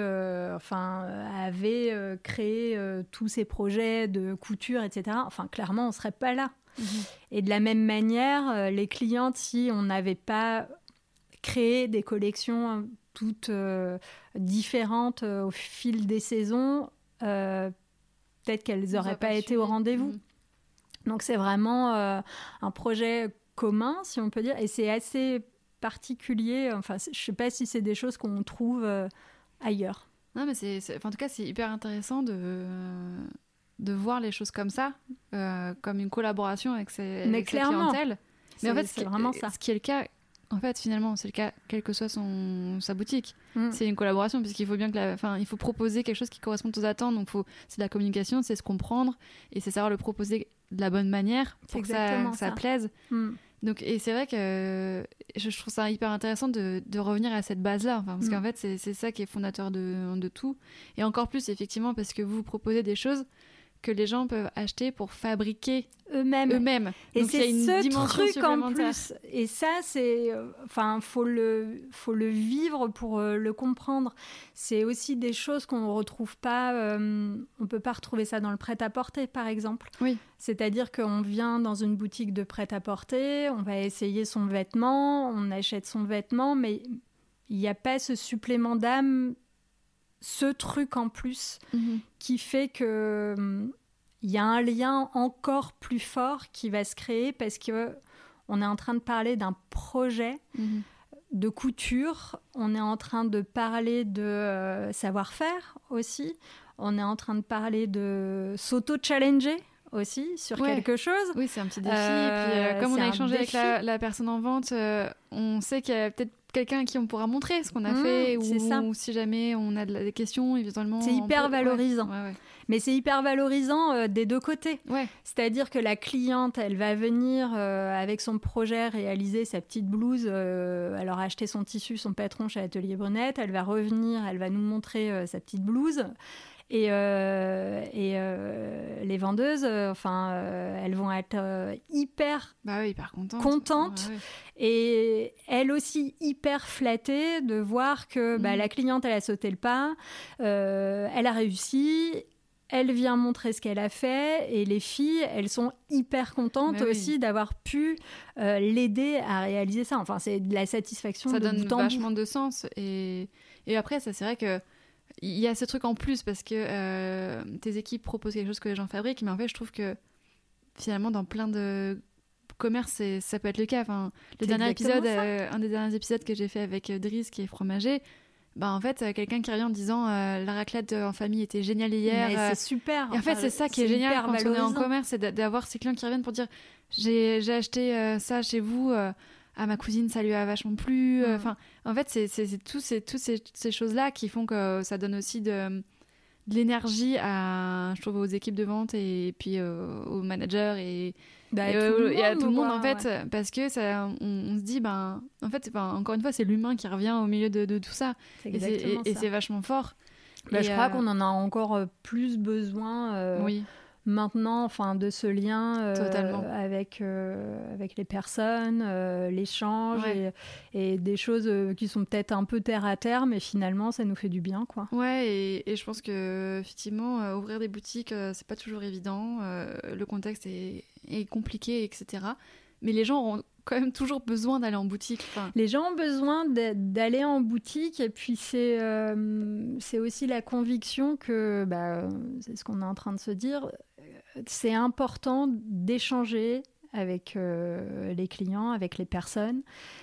créé tous ces projets de couture, etc., enfin, clairement, on serait pas là. Et de la même manière, les clientes, si on n'avait pas créé des collections toutes différentes au fil des saisons, peut-être qu'elles n'auraient pas été au rendez-vous. Donc c'est vraiment un projet commun, si on peut dire, et c'est assez particulier. Enfin, je ne sais pas si c'est des choses qu'on trouve ailleurs. Non, mais en tout cas, c'est hyper intéressant de voir les choses comme ça, comme une collaboration avec sa clientèle. Mais en fait, c'est vraiment ça. Ce qui est le cas, en fait, finalement, c'est le cas, quelle que soit sa boutique. C'est une collaboration, puisqu'il faut bien que il faut proposer quelque chose qui corresponde aux attentes. Donc, c'est de la communication, c'est se comprendre, et c'est savoir le proposer de la bonne manière pour que ça plaise. Donc, et c'est vrai que je trouve ça hyper intéressant de revenir à cette base-là, parce qu'en fait, c'est ça qui est fondateur de tout. Et encore plus, effectivement, parce que vous proposez des choses que les gens peuvent acheter pour fabriquer eux-mêmes. Et donc, c'est ce truc en plus. Et ça, c'est, faut le vivre pour le comprendre. C'est aussi des choses qu'on ne retrouve pas. On peut pas retrouver ça dans le prêt-à-porter, par exemple. Oui. C'est-à-dire qu'on vient dans une boutique de prêt-à-porter, on va essayer son vêtement, on achète son vêtement, mais il n'y a pas ce supplément d'âme, ce truc en plus qui fait que il y a un lien encore plus fort qui va se créer, parce que on est en train de parler d'un projet de couture, on est en train de parler de savoir-faire aussi, on est en train de parler de s'auto-challenger aussi sur quelque chose. Oui, c'est un petit défi. Et puis, comme on a échangé avec la personne en vente, on sait qu'il y a peut-être quelqu'un à qui on pourra montrer ce qu'on a fait, ou si jamais on a des questions, éventuellement. C'est hyper valorisant. Ouais. Mais c'est hyper valorisant des deux côtés. Ouais. C'est-à-dire que la cliente, elle va venir avec son projet réaliser sa petite blouse, elle aura acheté son tissu, son patron chez Atelier Brunette, elle va revenir, elle va nous montrer sa petite blouse. Et les vendeuses, elles vont être hyper contentes et elles aussi hyper flattées de voir que la cliente, elle a sauté le pas, elle a réussi. Elle vient montrer ce qu'elle a fait et les filles, elles sont hyper contentes aussi d'avoir pu l'aider à réaliser ça. Enfin, c'est de la satisfaction de bout en bout. Ça donne vachement de sens. Et après, ça, c'est vrai que il y a ce truc en plus parce que tes équipes proposent quelque chose que les gens fabriquent, mais en fait, je trouve que finalement, dans plein de commerces, ça peut être le cas. Enfin, un des derniers épisodes que j'ai fait avec Driss, qui est fromager, en fait, quelqu'un qui revient en disant la raclette en famille était géniale hier. Mais c'est super. Et en fait, c'est ça qui est génial quand on est en commerce, c'est d'avoir ces clients qui reviennent pour dire j'ai acheté ça chez vous. À ma cousine, ça lui a vachement plu. En fait, c'est toutes ces choses-là qui font que ça donne aussi de l'énergie je trouve, aux équipes de vente et puis aux managers et à tout le monde, en fait, parce que ça, on se dit, en fait, encore une fois, c'est l'humain qui revient au milieu de tout ça. C'est exactement ça. Et c'est vachement fort. Je crois qu'on en a encore plus besoin. Maintenant, de ce lien avec les personnes, l'échange et des choses qui sont peut-être un peu terre à terre, mais finalement, ça nous fait du bien, quoi. Ouais, et je pense que effectivement, ouvrir des boutiques, c'est pas toujours évident. Le contexte est compliqué, etc. Mais les gens ont quand même toujours besoin d'aller en boutique. Les gens ont besoin d'aller en boutique, et puis c'est aussi la conviction que, c'est ce qu'on est en train de se dire, c'est important d'échanger avec les clients, avec les personnes.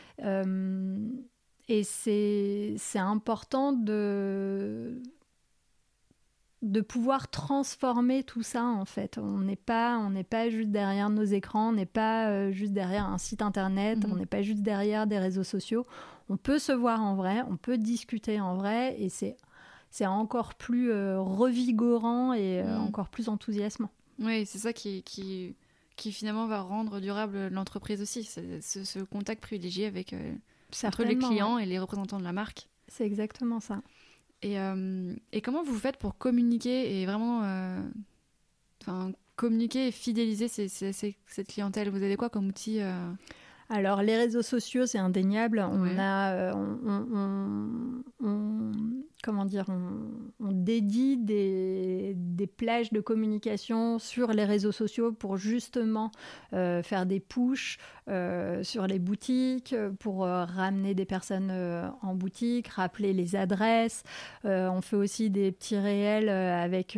Et c'est important de pouvoir transformer tout ça, en fait. On n'est pas juste derrière nos écrans, on n'est pas juste derrière un site internet, on n'est pas juste derrière des réseaux sociaux. On peut se voir en vrai, on peut discuter en vrai, et c'est encore plus revigorant et encore plus enthousiasmant. Oui, c'est ça qui finalement va rendre durable l'entreprise aussi, ce contact privilégié avec entre les clients et les représentants de la marque. C'est exactement ça. Et comment vous faites pour communiquer et vraiment communiquer et fidéliser cette clientèle? Vous avez quoi comme outil Alors, les réseaux sociaux, c'est indéniable. On dédie des plages de communication sur les réseaux sociaux pour justement faire des pushs sur les boutiques, pour ramener des personnes en boutique, rappeler les adresses. On fait aussi des petits réels avec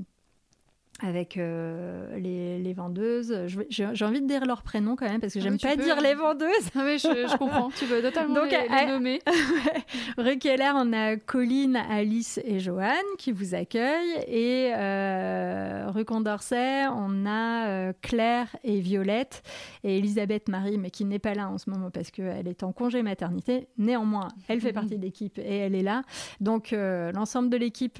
les vendeuses. J'ai envie de dire leur prénom quand même, parce que j'aime pas dire les vendeuses. Ah oui, je comprends, tu veux totalement les nommer. Rue Keller, on a Colline, Alice et Joanne qui vous accueillent, et rue Condorcet, on a Claire et Violette, et Elisabeth Marie, mais qui n'est pas là en ce moment parce qu'elle est en congé maternité. Néanmoins, elle fait partie de l'équipe et elle est là. Donc l'ensemble de l'équipe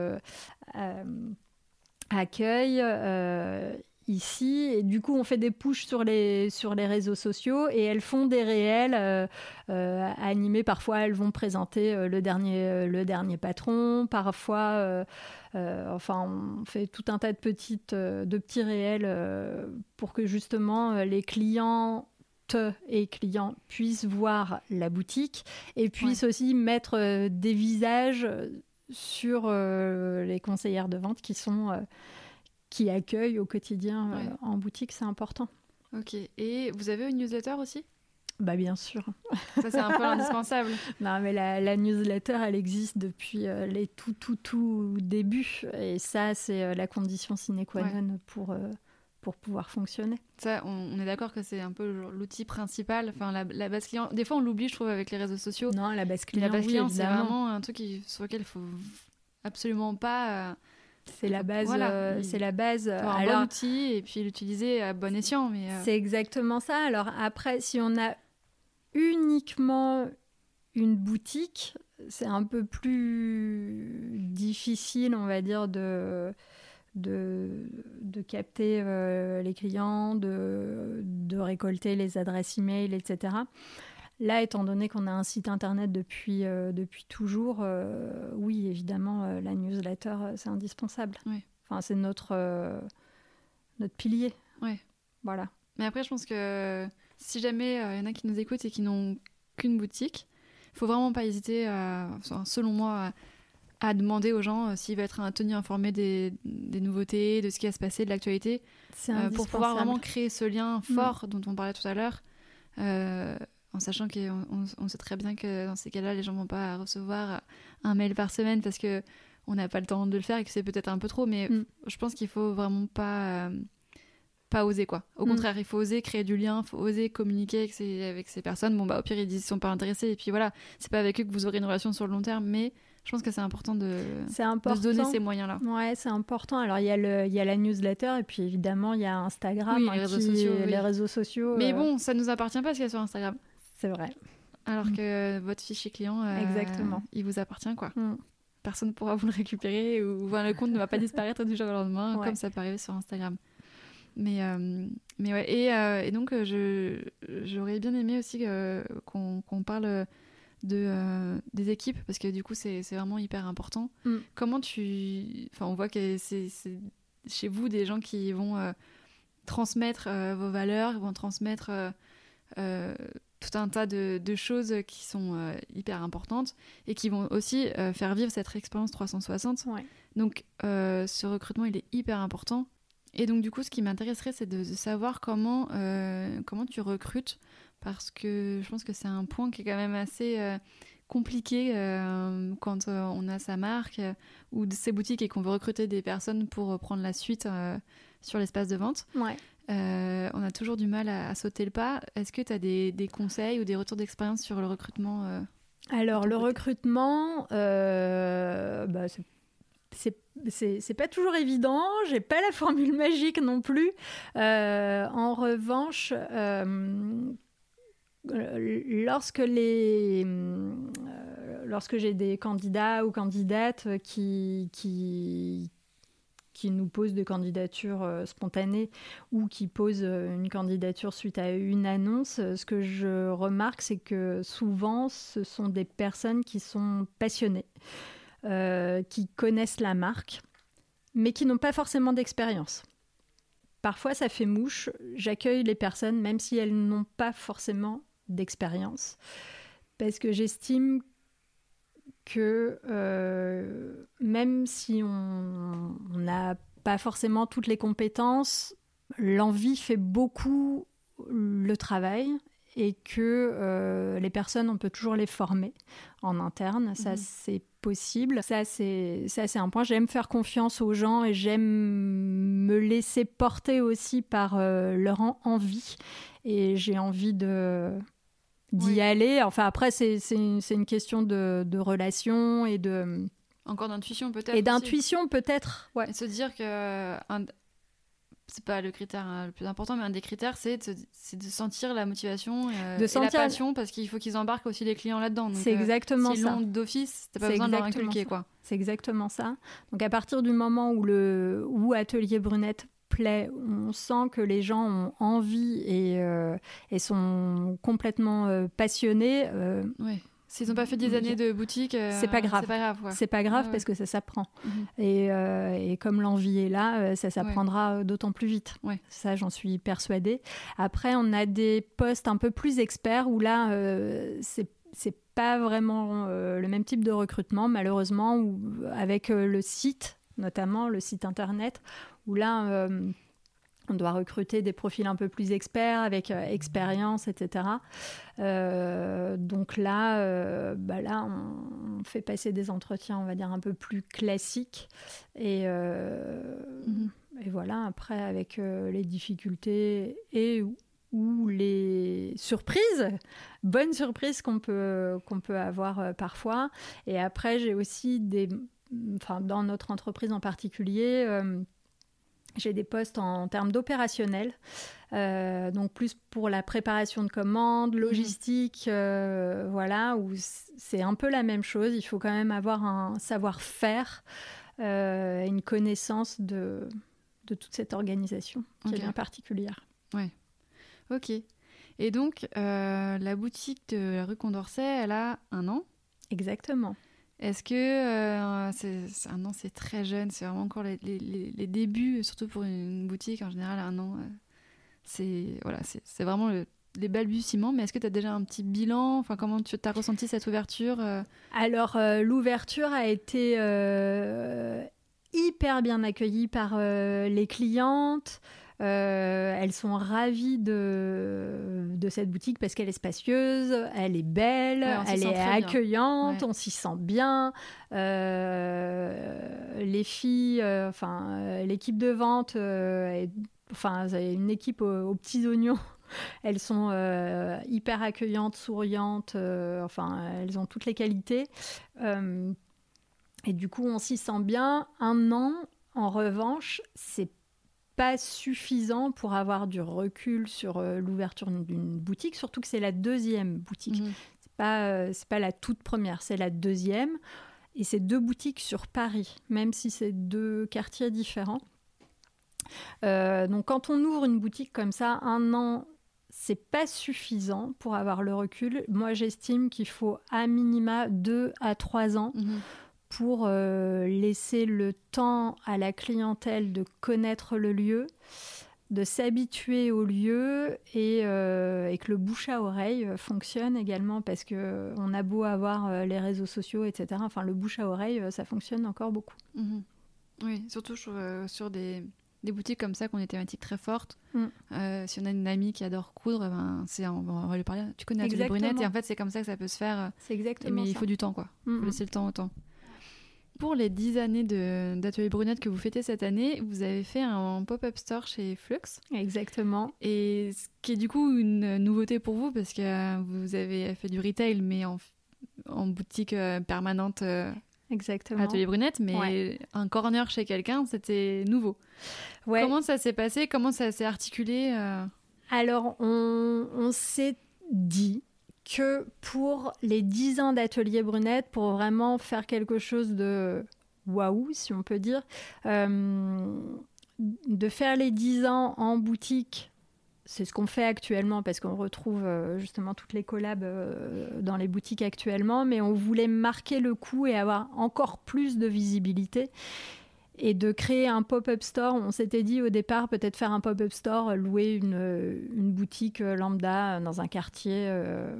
accueille ici, et du coup on fait des pushs sur les réseaux sociaux, et elles font des réels animés. Parfois elles vont présenter le dernier patron, parfois on fait tout un tas de petits réels pour que justement les clients et clients puissent voir la boutique et puissent aussi mettre des visages sur les conseillères de vente qui accueillent au quotidien en boutique. C'est important. Ok. Et vous avez une newsletter aussi ? Bien sûr. Ça, c'est un peu indispensable. Non, mais la newsletter, elle existe depuis les tout débuts. Et ça, c'est la condition sine qua non pour pouvoir fonctionner. Ça, on est d'accord que c'est un peu l'outil principal, enfin la base client. Des fois, on l'oublie, je trouve, avec les réseaux sociaux. Non, la base client, c'est vraiment un truc sur lequel il faut absolument pas... C'est la base. C'est la base. Un bon outil et puis l'utiliser à bon escient. Mais C'est exactement ça. Alors après, si on a uniquement une boutique, c'est un peu plus difficile, on va dire, de capter les clients, de récolter les adresses e-mail, etc. Là, étant donné qu'on a un site internet depuis toujours, oui, évidemment, la newsletter, c'est indispensable. Ouais. Enfin, c'est notre pilier. Ouais. Voilà. Mais après, je pense que si jamais il y en a qui nous écoutent et qui n'ont qu'une boutique, il faut vraiment pas hésiter, selon moi, à demander aux gens s'ils veulent être tenus informés des nouveautés, de ce qui va se passer, de l'actualité, C'est pour pouvoir vraiment créer ce lien fort dont on parlait tout à l'heure, en sachant qu'on sait très bien que dans ces cas-là, les gens vont pas recevoir un mail par semaine parce que on n'a pas le temps de le faire et que c'est peut-être un peu trop, mais je pense qu'il faut vraiment pas oser, quoi. Au contraire, il faut oser créer du lien, il faut oser communiquer avec ces personnes. Bon, bah, au pire, ils disent qu'ils sont pas intéressés, et puis voilà, c'est pas avec eux que vous aurez une relation sur le long terme, mais je pense que c'est important de se donner ces moyens-là. Ouais, c'est important. Alors, il y a la newsletter, et puis évidemment, il y a Instagram, les réseaux sociaux. Mais bon, ça nous appartient pas ce qu'il y a sur Instagram. C'est vrai. Alors que votre fichier client, exactement, il vous appartient, quoi. Personne ne pourra vous le récupérer, ou le compte ne va pas disparaître du jour au lendemain, comme ça peut arriver sur Instagram. Mais ouais, et donc j'aurais bien aimé aussi qu'on parle des équipes, parce que du coup c'est vraiment hyper important. Comment on voit que c'est chez vous des gens qui vont transmettre vos valeurs, vont transmettre tout un tas de choses qui sont hyper importantes et qui vont aussi faire vivre cette expérience 360. Ouais. Donc ce recrutement il est hyper important. Et donc du coup, ce qui m'intéresserait, c'est de savoir comment tu recrutes, parce que je pense que c'est un point qui est quand même assez compliqué quand on a sa marque ou ses boutiques et qu'on veut recruter des personnes pour prendre la suite sur l'espace de vente. Ouais. On a toujours du mal à sauter le pas. Est-ce que tu as des conseils ou des retours d'expérience sur le recrutement Alors, le recrutement, c'est pas toujours évident, j'ai pas la formule magique non plus. En revanche, lorsque j'ai des candidats ou candidates qui nous posent des candidatures spontanées ou qui posent une candidature suite à une annonce, ce que je remarque, c'est que souvent, ce sont des personnes qui sont passionnées. Qui connaissent la marque, mais qui n'ont pas forcément d'expérience. Parfois, ça fait mouche. J'accueille les personnes, même si elles n'ont pas forcément d'expérience, parce que j'estime que même si on n'a pas forcément toutes les compétences, l'envie fait beaucoup le travail, et que les personnes, on peut toujours les former en interne. Ça, c'est possible. Ça, c'est un point. J'aime faire confiance aux gens et j'aime me laisser porter aussi par leur envie. Et j'ai envie d'y aller. Enfin, après, c'est une question de relation et de... Encore d'intuition, peut-être. Et d'intuition, peut-être, ouais. Et se dire que... c'est pas le critère le plus important, mais un des critères, c'est de sentir la motivation et la passion, parce qu'il faut qu'ils embarquent aussi les clients là-dedans. Donc, c'est exactement s'ils ça. l'ont d'office, t'as pas besoin de leur inculquer, quoi. C'est exactement ça. Donc à partir du moment où Atelier Brunette plaît, on sent que les gens ont envie et sont complètement passionnés. Ouais. S'ils n'ont pas fait 10 années de boutique, c'est pas grave. C'est pas grave, ouais. Parce que ça s'apprend. Et comme l'envie est là, ça s'apprendra d'autant plus vite. Ouais. Ça, j'en suis persuadée. Après, on a des postes un peu plus experts où là, c'est pas vraiment le même type de recrutement, malheureusement, ou avec le site, notamment le site internet, où là... on doit recruter des profils un peu plus experts, avec expérience, etc. Donc là, on fait passer des entretiens, on va dire, un peu plus classiques. Et voilà, après, avec les difficultés ou les surprises, bonnes surprises qu'on peut avoir parfois. Et après, j'ai aussi dans notre entreprise en particulier... J'ai des postes en termes d'opérationnel, donc plus pour la préparation de commandes, logistique, voilà, où c'est un peu la même chose. Il faut quand même avoir un savoir-faire, une connaissance de toute cette organisation qui est bien particulière. Ouais, ok. Et donc, la boutique de la rue Condorcet, elle a 1 an. Exactement. Est-ce que c'est 1 an, c'est très jeune, c'est vraiment encore les débuts, surtout pour une boutique en général, 1 an, c'est vraiment les balbutiements, mais est-ce que tu as déjà un petit bilan? Enfin, comment tu as ressenti cette ouverture? Alors, l'ouverture a été hyper bien accueillie par les clientes. Elles sont ravies de cette boutique parce qu'elle est spacieuse, elle est belle, elle est accueillante, on s'y sent bien. Les filles, l'équipe de vente, c'est une équipe aux petits oignons. Elles sont hyper accueillantes, souriantes, elles ont toutes les qualités. Et du coup, on s'y sent bien. 1 an, en revanche, c'est pas suffisant pour avoir du recul sur l'ouverture d'une boutique, surtout que c'est la 2e boutique. C'est pas la toute première, c'est la 2e. Et c'est 2 boutiques sur Paris, même si c'est 2 quartiers différents. Donc quand on ouvre une boutique comme ça, 1 an, c'est pas suffisant pour avoir le recul. Moi, j'estime qu'il faut à minima 2 à 3 ans pour laisser le temps à la clientèle de connaître le lieu, de s'habituer au lieu et que le bouche à oreille fonctionne également, parce qu'on a beau avoir les réseaux sociaux, etc. Enfin, le bouche à oreille, ça fonctionne encore beaucoup. Oui, surtout sur des boutiques comme ça qui ont des thématiques très fortes. Si on a une amie qui adore coudre, on va lui parler. Tu connais Atelier Brunette, et en fait, c'est comme ça que ça peut se faire. C'est exactement mais ça. Il faut du temps, quoi. Il faut laisser le temps au temps. Pour les 10 années d'Atelier Brunette que vous fêtez cette année, vous avez fait un pop-up store chez Flux. Exactement. Et ce qui est du coup une nouveauté pour vous, parce que vous avez fait du retail, mais en boutique permanente. Exactement. Atelier Brunette, mais un corner chez quelqu'un, c'était nouveau. Ouais. Comment ça s'est passé? Comment ça s'est articulé? Alors, on s'est dit que pour les 10 ans d'Atelier Brunette, pour vraiment faire quelque chose de waouh, si on peut dire, de faire les 10 ans en boutique, c'est ce qu'on fait actuellement parce qu'on retrouve justement toutes les collabs dans les boutiques actuellement, mais on voulait marquer le coup et avoir encore plus de visibilité et de créer un pop-up store. On s'était dit au départ peut-être faire un pop-up store, louer une boutique lambda dans un quartier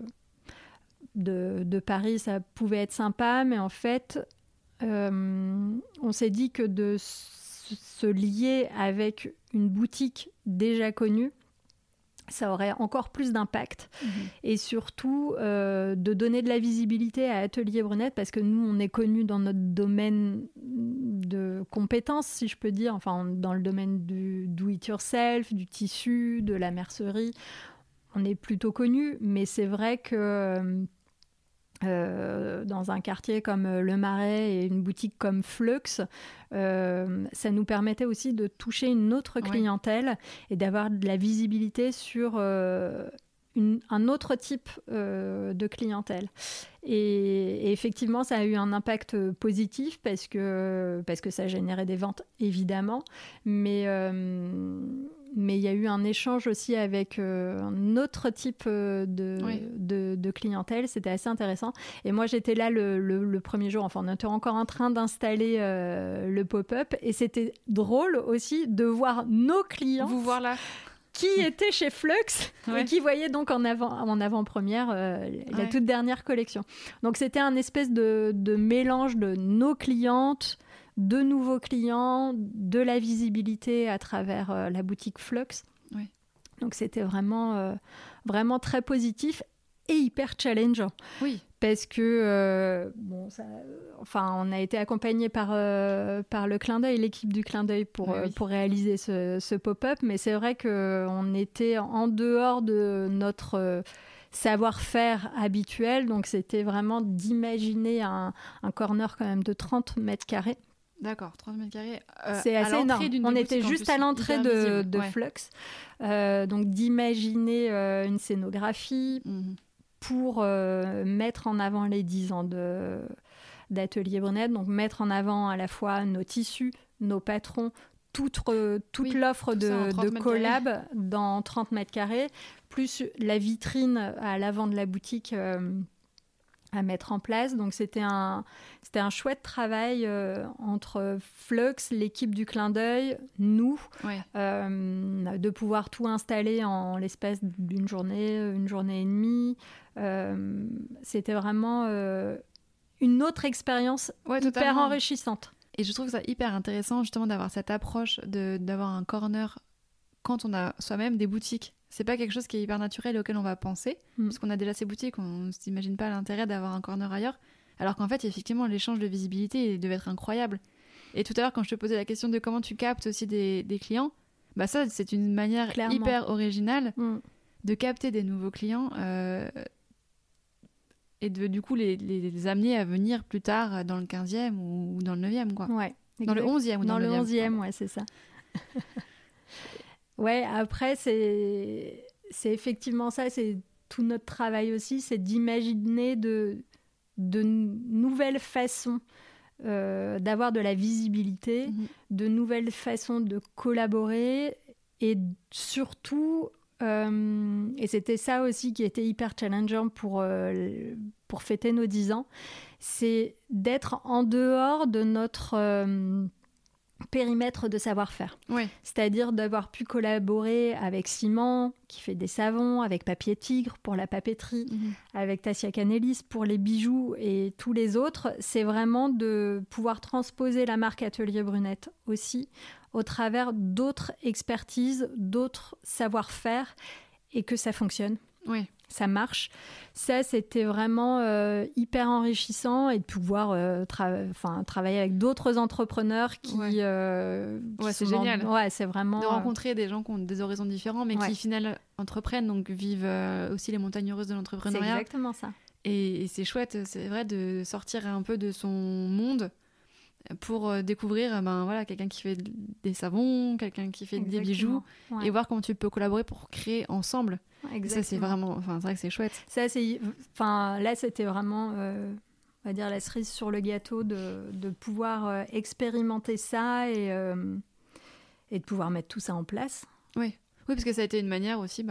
de Paris, ça pouvait être sympa, mais en fait on s'est dit que de se lier avec une boutique déjà connue, ça aurait encore plus d'impact. Et surtout de donner de la visibilité à Atelier Brunette, parce que nous, on est connus dans notre domaine de compétences, si je peux dire, dans le domaine du do-it-yourself, du tissu, de la mercerie. On est plutôt connus, mais c'est vrai que dans un quartier comme Le Marais et une boutique comme Flux, ça nous permettait aussi de toucher une autre clientèle et d'avoir de la visibilité sur un autre type de clientèle. Et effectivement, ça a eu un impact positif parce que ça générait des ventes, évidemment, mais il y a eu un échange aussi avec un autre type de clientèle. C'était assez intéressant. Et moi, j'étais là le premier jour. On était encore en train d'installer le pop-up. Et c'était drôle aussi de voir nos clients. Vous voir là. Qui étaient chez Flux et qui voyaient donc en avant-première la toute dernière collection. Donc, c'était un espèce de mélange de nos clientes, de nouveaux clients, de la visibilité à travers la boutique Flux. Donc c'était vraiment très positif et hyper challengeant. Oui. Parce que on a été accompagné par le Clin d'œil, l'équipe du Clin d'œil pour réaliser ce pop-up, mais c'est vrai qu'on était en dehors de notre savoir-faire habituel, donc c'était vraiment d'imaginer un corner quand même de 30 mètres carrés. D'accord, 30 mètres carrés. C'est assez énorme. On était juste à l'entrée de Flux. Donc d'imaginer une scénographie pour mettre en avant les 10 ans d'Atelier Brunette. Donc mettre en avant à la fois nos tissus, nos patrons, toute l'offre de collab dans 30 mètres carrés, plus la vitrine à l'avant de la boutique à mettre en place. Donc c'était un chouette travail entre Flux, l'équipe du Clin d'œil, nous, de pouvoir tout installer en l'espace d'une journée, une journée et demie. C'était vraiment une autre expérience hyper enrichissante. Et je trouve ça hyper intéressant justement d'avoir cette approche d'avoir un corner quand on a soi-même des boutiques. C'est pas quelque chose qui est hyper naturel et auquel on va penser, parce qu'on a déjà ces boutiques, on ne s'imagine pas l'intérêt d'avoir un corner ailleurs, alors qu'en fait, effectivement, l'échange de visibilité devait être incroyable. Et tout à l'heure, quand je te posais la question de comment tu captes aussi des clients, bah ça, c'est une manière hyper originale de capter des nouveaux clients et de du coup les amener à venir plus tard dans le 15e ou dans le 9e, quoi. Ouais, dans le 11e ou dans le 9e. Dans le 11e, ouais, c'est ça. Ouais, après, c'est effectivement ça, c'est tout notre travail aussi, c'est d'imaginer de nouvelles façons d'avoir de la visibilité, de nouvelles façons de collaborer et surtout, et c'était ça aussi qui était hyper challengeant pour fêter nos 10 ans, c'est d'être en dehors de notre périmètre de savoir-faire. C'est-à-dire d'avoir pu collaborer avec Ciment, qui fait des savons, avec Papier Tigre pour la papeterie, avec Tassia Canelis pour les bijoux et tous les autres. C'est vraiment de pouvoir transposer la marque Atelier Brunette aussi au travers d'autres expertises, d'autres savoir-faire et que ça fonctionne. Ça marche. Ça, c'était vraiment hyper enrichissant et de pouvoir travailler avec d'autres entrepreneurs qui c'est génial. C'est vraiment... De rencontrer des gens qui ont des horizons différents, mais qui, finalement, entreprennent, donc vivent aussi les montagnes russes de l'entrepreneuriat. C'est exactement ça. Et c'est chouette, c'est vrai, de sortir un peu de son monde pour découvrir quelqu'un qui fait des savons, quelqu'un qui fait des bijoux, et voir comment tu peux collaborer pour créer ensemble. Ça, c'est vraiment... c'est vrai que c'est chouette. Ça, là, c'était vraiment, on va dire, la cerise sur le gâteau de pouvoir expérimenter ça et de pouvoir mettre tout ça en place. Oui, parce que ça a été une manière aussi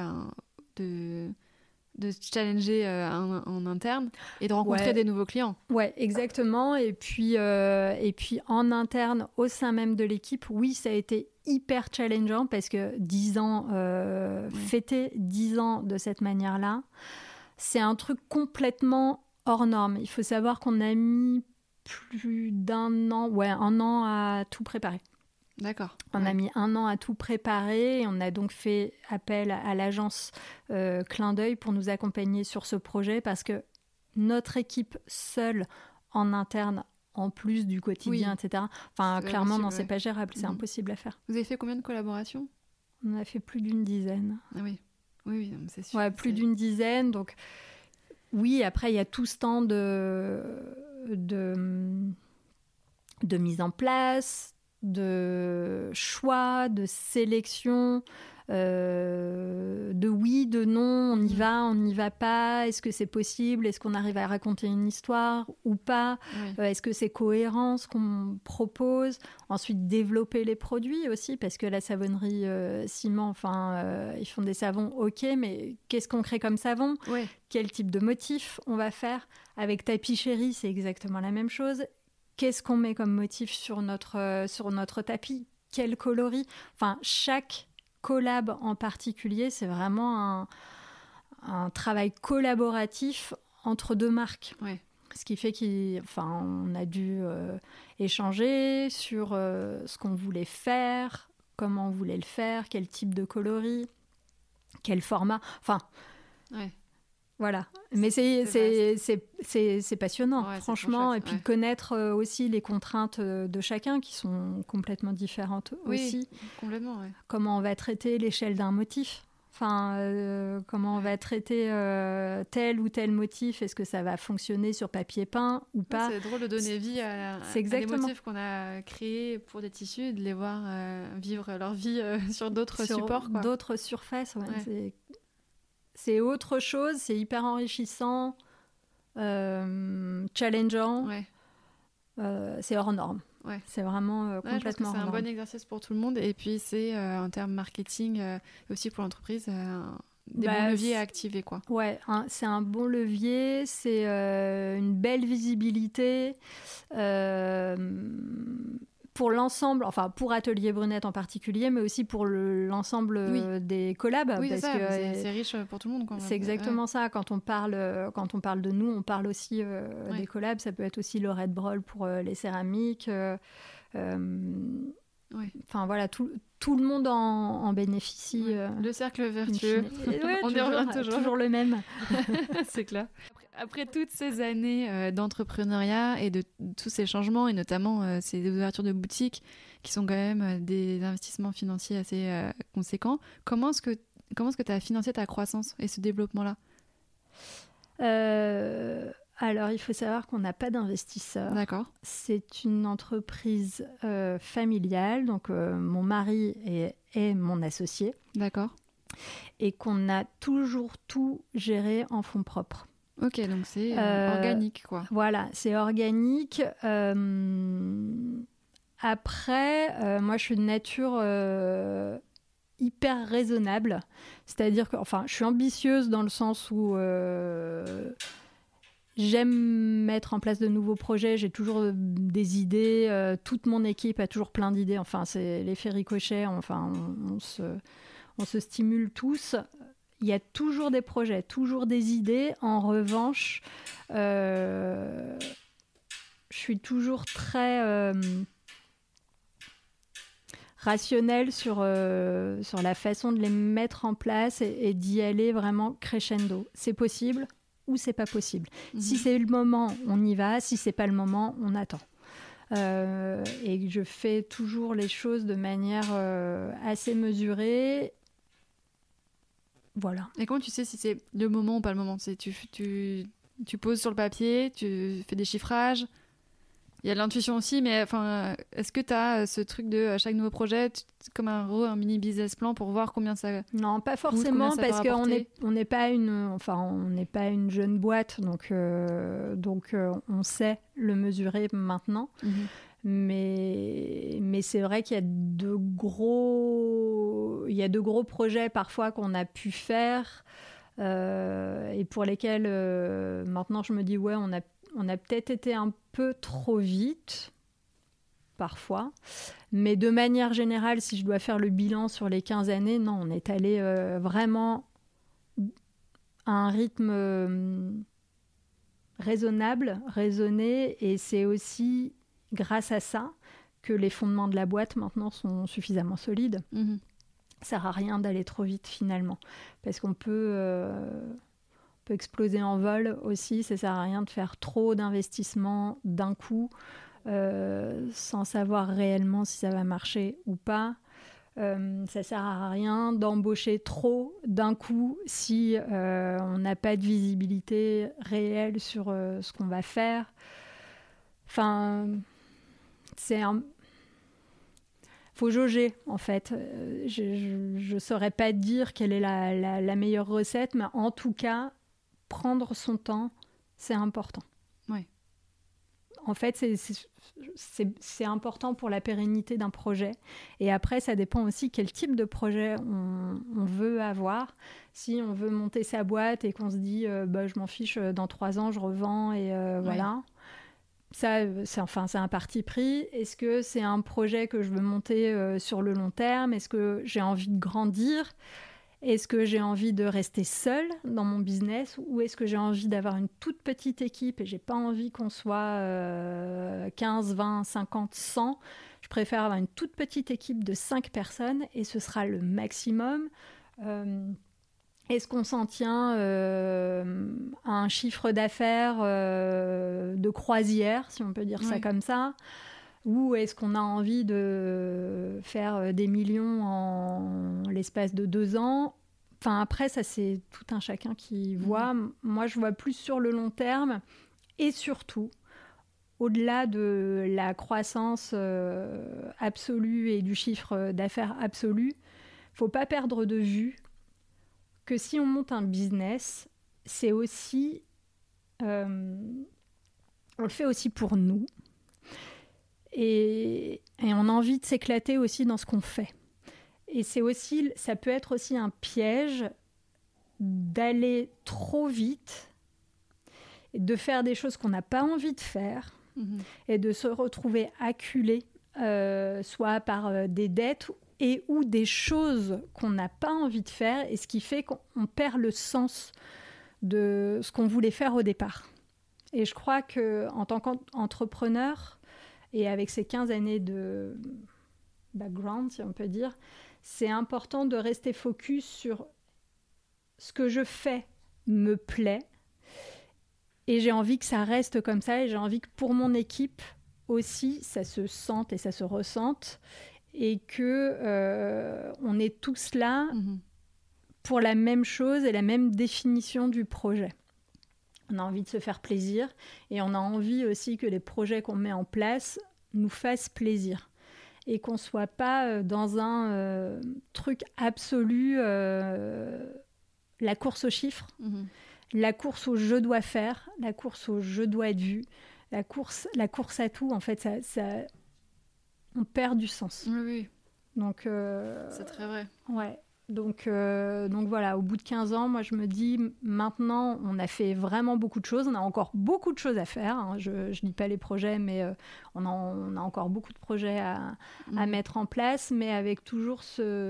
de se challenger en interne et de rencontrer des nouveaux clients. Ouais, exactement. Et puis en interne, au sein même de l'équipe, oui, ça a été hyper challengeant parce que 10 ans, fêter 10 ans de cette manière-là, c'est un truc complètement hors norme. Il faut savoir qu'on a mis plus d'un an, un an à tout préparer. D'accord. On a mis 1 an à tout préparer et on a donc fait appel à l'agence Clin d'œil pour nous accompagner sur ce projet parce que notre équipe seule en interne, en plus du quotidien, etc. Enfin, clairement, non, c'est pas gérable, c'est impossible à faire. Vous avez fait combien de collaborations ? On a fait plus d'une dizaine. Ah oui, c'est sûr. Ouais, plus d'une dizaine. Donc, oui, après, il y a tout ce temps de mise en place, de choix, de sélection, de oui, de non, on y va pas, est-ce que c'est possible, est-ce qu'on arrive à raconter une histoire ou pas, est-ce que c'est cohérent ce qu'on propose, ensuite développer les produits aussi, parce que la savonnerie Ciment, ils font des savons, ok, mais qu'est-ce qu'on crée comme savon, quel type de motif on va faire, avec Tapis Chéri, c'est exactement la même chose. Qu'est-ce qu'on met comme motif sur notre tapis ? Quel coloris ? Enfin, chaque collab en particulier, c'est vraiment un travail collaboratif entre deux marques. Ce qui fait qu'on a dû échanger sur ce qu'on voulait faire, comment on voulait le faire, quel type de coloris, quel format. Voilà, mais c'est passionnant, franchement, et puis de connaître aussi les contraintes de chacun qui sont complètement différentes aussi. Complètement, Comment on va traiter l'échelle d'un motif. Enfin, comment on va traiter tel ou tel motif? Est-ce que ça va fonctionner sur papier peint ou pas? C'est drôle de donner vie à des motifs qu'on a créés pour des tissus et de les voir vivre leur vie sur d'autres supports. Sur d'autres surfaces, c'est autre chose, c'est hyper enrichissant, challengeant, c'est hors norme. Ouais. C'est vraiment complètement hors norme. C'est un bon exercice pour tout le monde. Et puis, c'est en termes marketing et aussi pour l'entreprise, des bons leviers à activer, quoi. Ouais, c'est un bon levier, c'est une belle visibilité. Pour l'ensemble, enfin pour Atelier Brunette en particulier, mais aussi pour l'ensemble des collabs. Oui, parce que c'est riche pour tout le monde. C'est exactement ça. Quand on parle de nous, on parle aussi des collabs. Ça peut être aussi le Red Brol pour les céramiques. Enfin voilà, tout le monde en bénéficie. Le cercle vertueux. On y revient toujours le même. C'est clair. Après toutes ces années d'entrepreneuriat et de tous ces changements, et notamment ces ouvertures de boutiques qui sont quand même des investissements financiers assez conséquents, comment est-ce que tu as financé ta croissance et ce développement-là ? Alors, il faut savoir qu'on n'a pas d'investisseurs. D'accord. C'est une entreprise familiale, donc mon mari est mon associé. D'accord. Et qu'on a toujours tout géré en fonds propres. Ok, donc c'est organique, quoi. Voilà, c'est organique. Après, moi, je suis de nature hyper raisonnable. C'est-à-dire que, enfin, je suis ambitieuse dans le sens où j'aime mettre en place de nouveaux projets. J'ai toujours des idées. Toute mon équipe a toujours plein d'idées. Enfin, c'est l'effet ricochet. Enfin, on se stimule tous. Il y a toujours des projets, toujours des idées. En revanche, je suis toujours très rationnelle sur la façon de les mettre en place et d'y aller vraiment crescendo. C'est possible ou c'est pas possible. Si c'est le moment, on y va. Si c'est pas le moment, on attend. Et je fais toujours les choses de manière assez mesurée. Voilà. Et comment tu sais si c'est le moment ou pas le moment? Tu poses sur le papier, tu fais des chiffrages. Il y a de l'intuition aussi, mais enfin, est-ce que tu as ce truc de chaque nouveau projet, comme un mini business plan pour voir combien ça... Non, pas forcément, parce qu'on n'est pas une jeune boîte, donc on sait le mesurer maintenant. Mais c'est vrai qu'il y a de gros projets parfois qu'on a pu faire et pour lesquels maintenant je me dis on a peut-être été un peu trop vite parfois, mais de manière générale, si je dois faire le bilan sur les 15 années, non, on est allé vraiment à un rythme raisonné, et c'est aussi grâce à ça que les fondements de la boîte maintenant sont suffisamment solides. Ça sert à rien d'aller trop vite finalement, parce qu'on peut exploser en vol aussi. Ça sert à rien de faire trop d'investissements d'un coup sans savoir réellement si ça va marcher ou pas. Ça sert à rien d'embaucher trop d'un coup si on n'a pas de visibilité réelle sur ce qu'on va faire. Enfin, faut jauger en fait. Je saurais pas dire quelle est la meilleure recette, mais en tout cas, prendre son temps, c'est important. Ouais. En fait, c'est important pour la pérennité d'un projet. Et après, ça dépend aussi quel type de projet on veut avoir. Si on veut monter sa boîte et qu'on se dit je m'en fiche, dans 3 ans, je revends et voilà. Ça, c'est un parti pris. Est-ce que c'est un projet que je veux monter sur le long terme? Est-ce que j'ai envie de grandir? Est-ce que j'ai envie de rester seule dans mon business, ou est-ce que j'ai envie d'avoir une toute petite équipe et j'ai pas envie qu'on soit 15, 20, 50, 100? Je préfère avoir une toute petite équipe de 5 personnes et ce sera le maximum. Est-ce qu'on s'en tient à un chiffre d'affaires de croisière, si on peut dire ça comme ça? Ou est-ce qu'on a envie de faire des millions en l'espace de 2 ans? après, ça, c'est tout un chacun qui voit. Moi, je vois plus sur le long terme. Et surtout, au-delà de la croissance absolue et du chiffre d'affaires absolu, il ne faut pas perdre de vue que si on monte un business, c'est aussi... on le fait aussi pour nous. Et on a envie de s'éclater aussi dans ce qu'on fait. Et ça peut être aussi un piège d'aller trop vite, de faire des choses qu'on n'a pas envie de faire, et de se retrouver acculé, soit par des dettes et ou des choses qu'on n'a pas envie de faire, et ce qui fait qu'on perd le sens de ce qu'on voulait faire au départ. Et je crois qu'en tant qu'entrepreneur, et avec ces 15 années de background, si on peut dire, c'est important de rester focus sur ce que je fais me plaît, et j'ai envie que ça reste comme ça, et j'ai envie que pour mon équipe aussi, ça se sente et ça se ressente, et que on est tous là pour la même chose et la même définition du projet. On a envie de se faire plaisir, et on a envie aussi que les projets qu'on met en place nous fassent plaisir, et qu'on ne soit pas dans un truc absolu, la course aux chiffres, la course au je dois faire, la course au je dois être vu, la course à tout. En fait, ça on perd du sens. Oui. Donc, c'est très vrai. Ouais. Donc voilà, au bout de 15 ans, moi je me dis, maintenant on a fait vraiment beaucoup de choses, on a encore beaucoup de choses à faire, hein. Je ne dis pas les projets, mais on a encore beaucoup de projets à mettre en place, mais avec toujours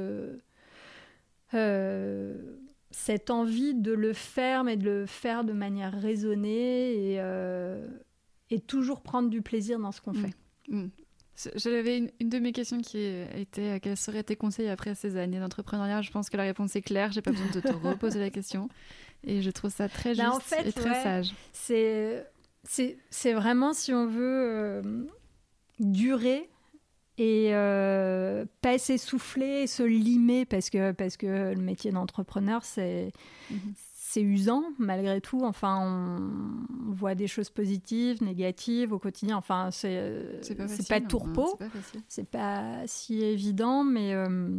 cette envie de le faire, mais de le faire de manière raisonnée, et toujours prendre du plaisir dans ce qu'on fait. J'avais une de mes questions qui était quels seraient tes conseils après ces années d'entrepreneuriat. Je pense que la réponse est claire, j'ai pas besoin de te reposer la question, et je trouve ça très juste en fait, et très sage. C'est vraiment, si on veut durer et pas s'essouffler, se limer, parce que le métier d'entrepreneur, c'est usant malgré tout. Enfin, on voit des choses positives, négatives au quotidien. Enfin, c'est pas tourpeau, c'est pas si évident, mais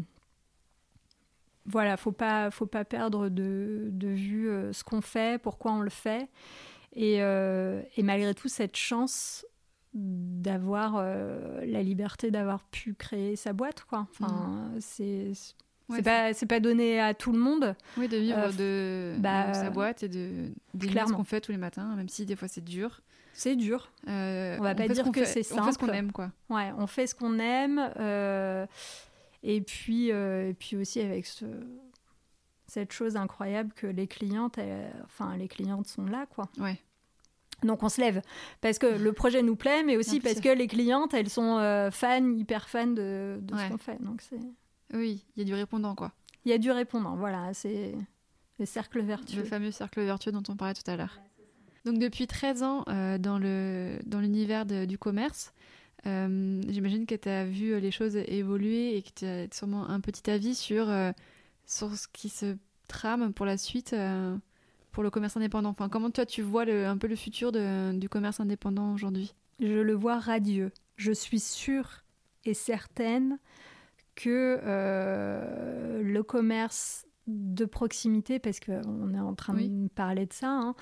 voilà, faut pas perdre de vue ce qu'on fait, pourquoi on le fait, et malgré tout cette chance d'avoir la liberté d'avoir pu créer sa boîte, quoi. Enfin, c'est pas donné à tout le monde. Oui, de vivre de sa boîte et d'aimer ce qu'on fait tous les matins, même si des fois c'est dur. C'est dur. On va pas dire que c'est simple. On fait ce qu'on aime, quoi. Ouais, on fait ce qu'on aime. Et puis aussi avec cette chose incroyable que les clientes sont là, quoi. Ouais. Donc on se lève parce que le projet nous plaît, mais aussi parce que les clientes, elles sont hyper fans de ce qu'on fait. Donc oui, il y a du répondant, quoi. Il y a du répondant, voilà, c'est le cercle vertueux. Le fameux cercle vertueux dont on parlait tout à l'heure. Donc depuis 13 ans dans l'univers du commerce, j'imagine que tu as vu les choses évoluer et que tu as sûrement un petit avis sur ce qui se trame pour la suite pour le commerce indépendant. Enfin, comment toi tu vois un peu le futur du commerce indépendant aujourd'hui ? Je le vois radieux. Je suis sûre et certaine que le commerce de proximité, parce qu'on est en train de parler de ça,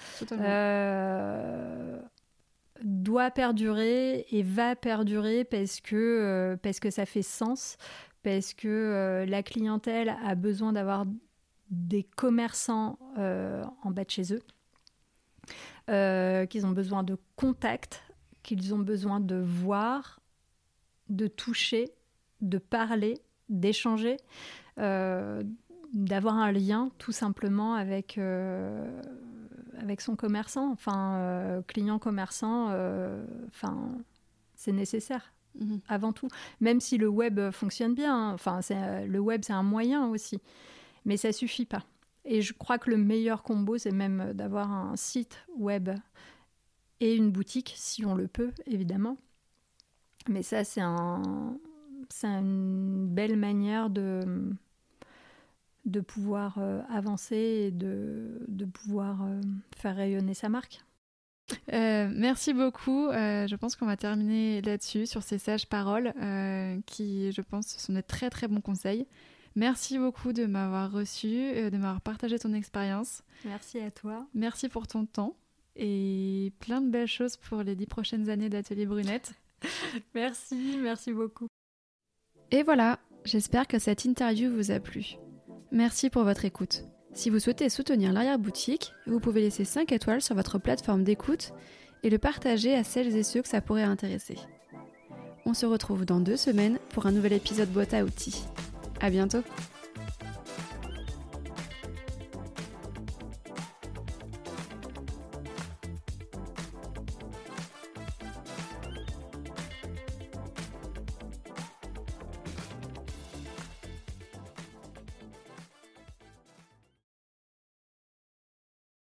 doit perdurer et va perdurer parce que ça fait sens, parce que la clientèle a besoin d'avoir des commerçants en bas de chez eux, qu'ils ont besoin de contact, qu'ils ont besoin de voir, de toucher, de parler, d'échanger, d'avoir un lien tout simplement avec son commerçant, client commerçant, c'est nécessaire avant tout, même si le web fonctionne bien, le web c'est un moyen aussi, mais ça suffit pas. Et je crois que le meilleur combo, c'est même d'avoir un site web et une boutique, si on le peut, évidemment. Mais ça, c'est une belle manière de de pouvoir avancer et de pouvoir faire rayonner sa marque. Merci beaucoup. Je pense qu'on va terminer là-dessus, sur ces sages paroles qui, je pense, sont des très très bons conseils. Merci beaucoup de m'avoir reçu, de m'avoir partagé ton expérience. Merci à toi. Merci pour ton temps et plein de belles choses pour les 10 prochaines années d'Atelier Brunette. Merci beaucoup. Et voilà, j'espère que cette interview vous a plu. Merci pour votre écoute. Si vous souhaitez soutenir l'arrière-boutique, vous pouvez laisser 5 étoiles sur votre plateforme d'écoute et le partager à celles et ceux que ça pourrait intéresser. On se retrouve dans 2 semaines pour un nouvel épisode boîte à outils. À bientôt!